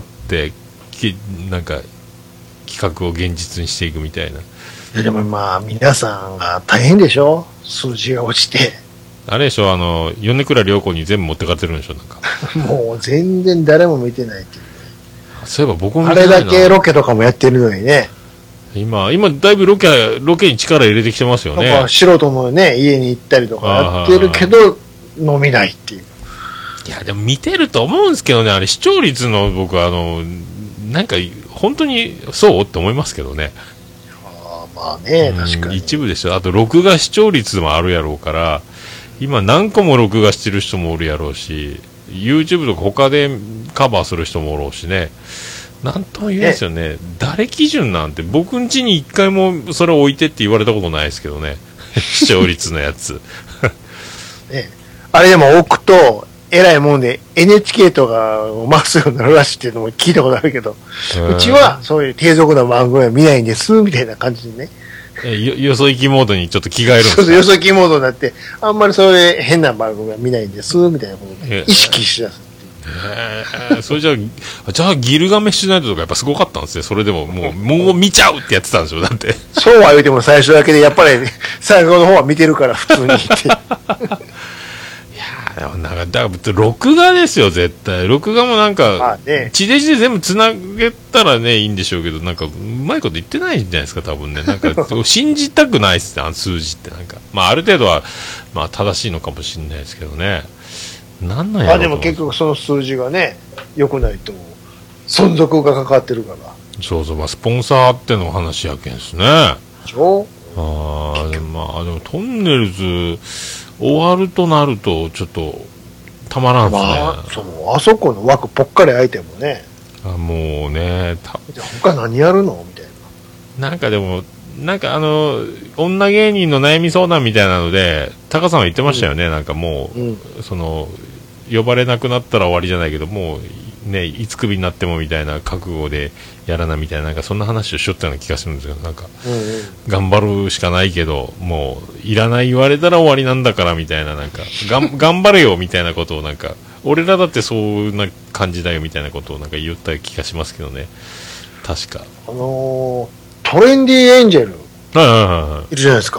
なんか企画を現実にしていくみたいな。 でもまあ、皆さんが大変でしょ？数字が落ちて。 あれでしょ、米倉涼子に全部持ってかれてるんでしょ、なんか。 もう全然誰も見てないっていうね。 そういえば僕も見てないな。あれだけロケとかもやってるのにね。 今だいぶロケに力入れてきてますよね。 なんか素人もね、家に行ったりとかやってるけど、飲みないっていう。 いや、でも見てると思うんですけどね、あれ視聴率の僕なんか、本当にそうって思いますけどね。 まあね、確かに。 一部でしょ。あと、録画視聴率もあるやろうから、今何個も録画してる人もおるやろうし、YouTube とか他でカバーする人もおろうしね。なんとも言えないですよね。誰基準なんて、僕ん家に一回もそれ置いてって言われたことないですけどね。視聴率のやつ。 ね、あれでも置くと、えらいもんで NHK とかをまっすぐなるらしいっていうのも聞いたことあるけど、うちはそういう低俗な番組は見ないんですみたいな感じでね。 よそ行きモードにちょっと着替えるんですか？ そうよそ行きモードになってあんまりそういう変な番組は見ないんですみたいなことで意識しだすっていう。 それじゃあギルガメッシュナイトとかやっぱすごかったんですね。それでももう見ちゃうってやってたんですよ。だってそうは言うても最初だけでやっぱり最後の方は見てるから普通にってなんか録画ですよ、絶対。録画もなんか、地デジで全部つなげたらね、いいんでしょうけど、なんか、うまいこと言ってないんじゃないですか、多分ね。なんか、信じたくないっすね、数字って。なんか、まあ、ある程度は、まあ、正しいのかもしれないですけどね。なんなんやろうと。 でも結局その数字がね、良くないと、存続がかかってるから。 そうそう、まあ、スポンサーっての話やけんですね。 でしょ。 でもトンネルズ終わるとなるとちょっとたまらんですね。 あそこの枠ぽっかり空いてもね。 もうね、 他何やるのみたいな。なんかでも女芸人の悩み相談みたいなのでタカさんは言ってましたよね。なんかもう、呼ばれなくなったら終わりじゃないけど、もうね、いつクビになってもみたいな覚悟でやらなみたいな、なんかそんな話をしよったような気がするんですけど、なんか、頑張るしかないけど、もういらない言われたら終わりなんだからみたいな、なんか頑張れよみたいなことを、なんか俺らだってそんな感じだよみたいなことをなんか言った気がしますけどね。確かトレンディエンジェルいるじゃないですか。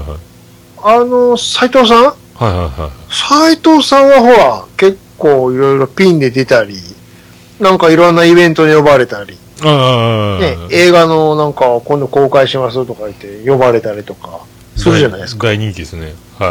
斉藤さん、斉藤さんはほら結構いろいろピンで出たり、なんかいろんなイベントに呼ばれたり、映画のなんか今度公開しますとか言って呼ばれたりとかするじゃないですか。 大人気ですね。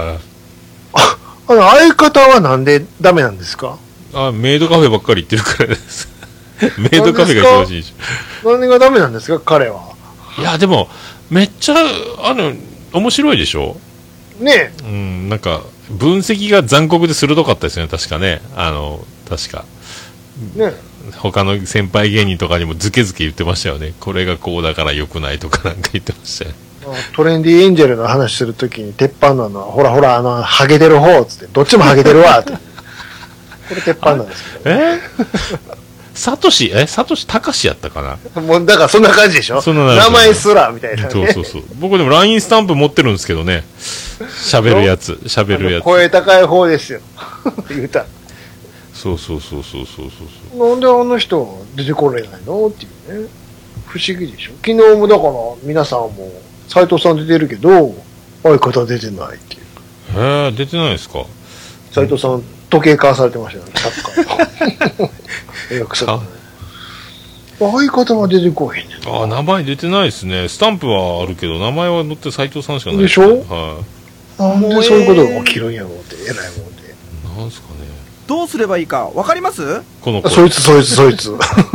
相方はなんでダメなんですか？ メイドカフェばっかり行ってるからです。メイドカフェが忙しいでしょ。何がダメなんですか彼は。 いやでもめっちゃ面白いでしょね。 なんか分析が残酷で鋭かったですよね。確かね。確かね、 他の先輩芸人とかにもズケズケ言ってましたよね。これがこうだから良くないとかなんか言ってましたよ。 トレンディエンジェルの話するときに鉄板なのは、ほらハゲてる方っつって、どっちもハゲてるわって。これ鉄板なんですけど、ね。 サトシタカシやったかな。 もうだからそんな感じでしょ。名前すらみたいな、ね。 そう。僕でも LINE スタンプ持ってるんですけどね。喋るやつ。 声高い方ですよ。言うた。 そう。 なんであの人出てこれないのっていうね。不思議でしょ。昨日もだから皆さんも斉藤さん出てるけど相方出てないっていう。 出てないですか。 斉藤さん時計買わされてましたよね。サッカー。相方は出てこへんねん。 名前出てないですね。スタンプはあるけど名前は載って斉藤さんしかないでしょ。なんでそういうことが起きるんやろうって偉いもんで。 なんすかね。 どうすればいいか分かります？ この子。そいつ。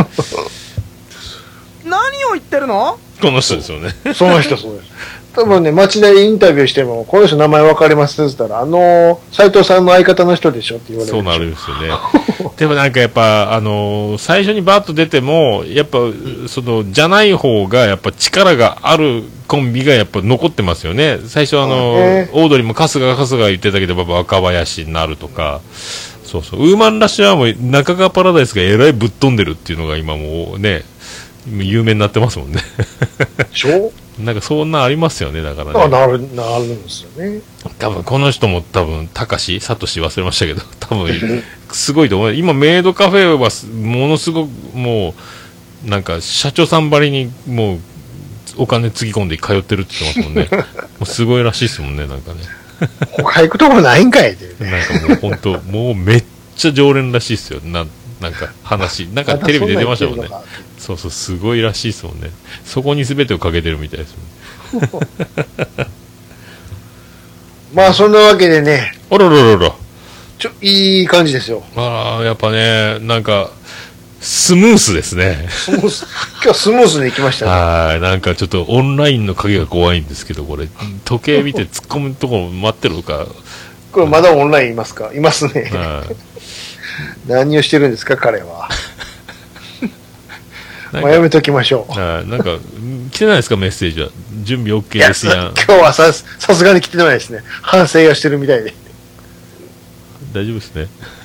何を言ってるの？ この人ですよね。 その人。多分ね、街でインタビューしても、この人名前分かりますって言ったら、斉藤さんの相方の人でしょって言われる。 そうなるんですよね。でもなんかやっぱ、最初にバッと出ても、やっぱ、じゃない方が、やっぱ力があるコンビがやっぱ残ってますよね。最初オードリーも春日言ってたけど、若林になるとか、そう。ウーマンラッシュアワーも中川パラダイスがえらいぶっ飛んでるっていうのが今もうね、有名になってますもんね。なんかそんなありますよね。だからね。 なるんですよね。 多分この人もサトシ忘れましたけど、多分すごいと思う。今メイドカフェはものすごくもうなんか社長さんばりにもうお金つぎ込んで通ってるって言ってますもんね。もうすごいらしいですもんね。なんかね。 他行くところないんかいって、ね。 なんかもう本当もうめっちゃ常連らしいですよ。なんか話なんかテレビで出ましたもんね。そうすごいらしいですもんね。そこに全てをかけてるみたいですもん。 まあそんなわけでね。 あら。 いい感じですよ。 やっぱね、なんかスムースですね。 今日スムースに行きましたね。 はい、なんかちょっとオンラインの影が怖いんですけど、これ時計見て突っ込むとこ待ってるか。 これまだオンラインいますか？いますね。何をしてるんですか彼は。やめときましょう。 なんか来てないですかメッセージは。準備 OK ですやん。 今日はさすがに来てないですね。反省がしてるみたいで。 大丈夫ですね。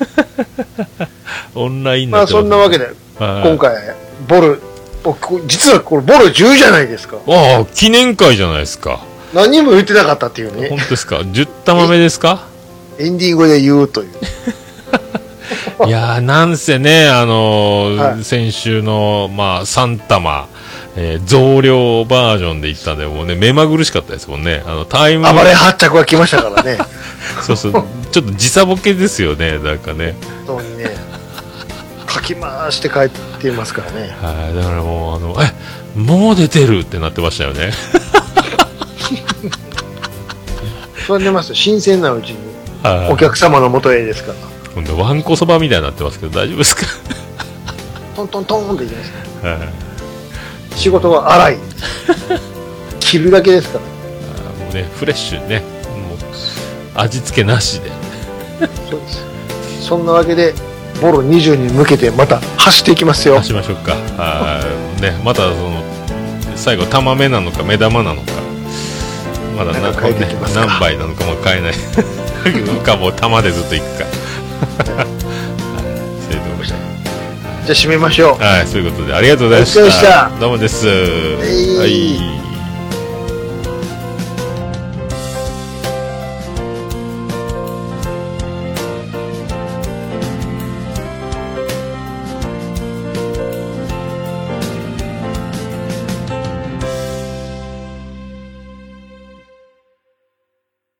オンラインそんなわけで今回ボル、実はこれボル10じゃないですか。 記念会じゃないですか。 何も言ってなかったっていうね。 本当ですか。10玉目ですか。 エンディングで言うという。 いやーなんせね先週の3玉、増量バージョンでいったんでもうね目まぐるしかったですもんね。タイム暴れ発着が来ましたからね。 そうちょっと時差ボケですよね。なんかね本当にねかき回して帰っていますからね。 だからもうもう出てるってなってましたよね。 それ出ますよ。新鮮なうちにお客様の元へですから。 今度わんこそばみたいになってますけど大丈夫ですか。 トントントンっていきますね。仕事は荒い。 切るだけですから。 もうね、フレッシュね、もう味付けなしで。 そうです。そんなわけでボロ20に向けてまた走っていきますよ。 走りましょうか。ね、またその最後玉目なのか目玉なのか、まだ何倍なのかも変えないか、もう玉でずっといくかそういうところで、じゃあ締めましょう。 はい、そういうことでありがとうございました。どうもです。はい。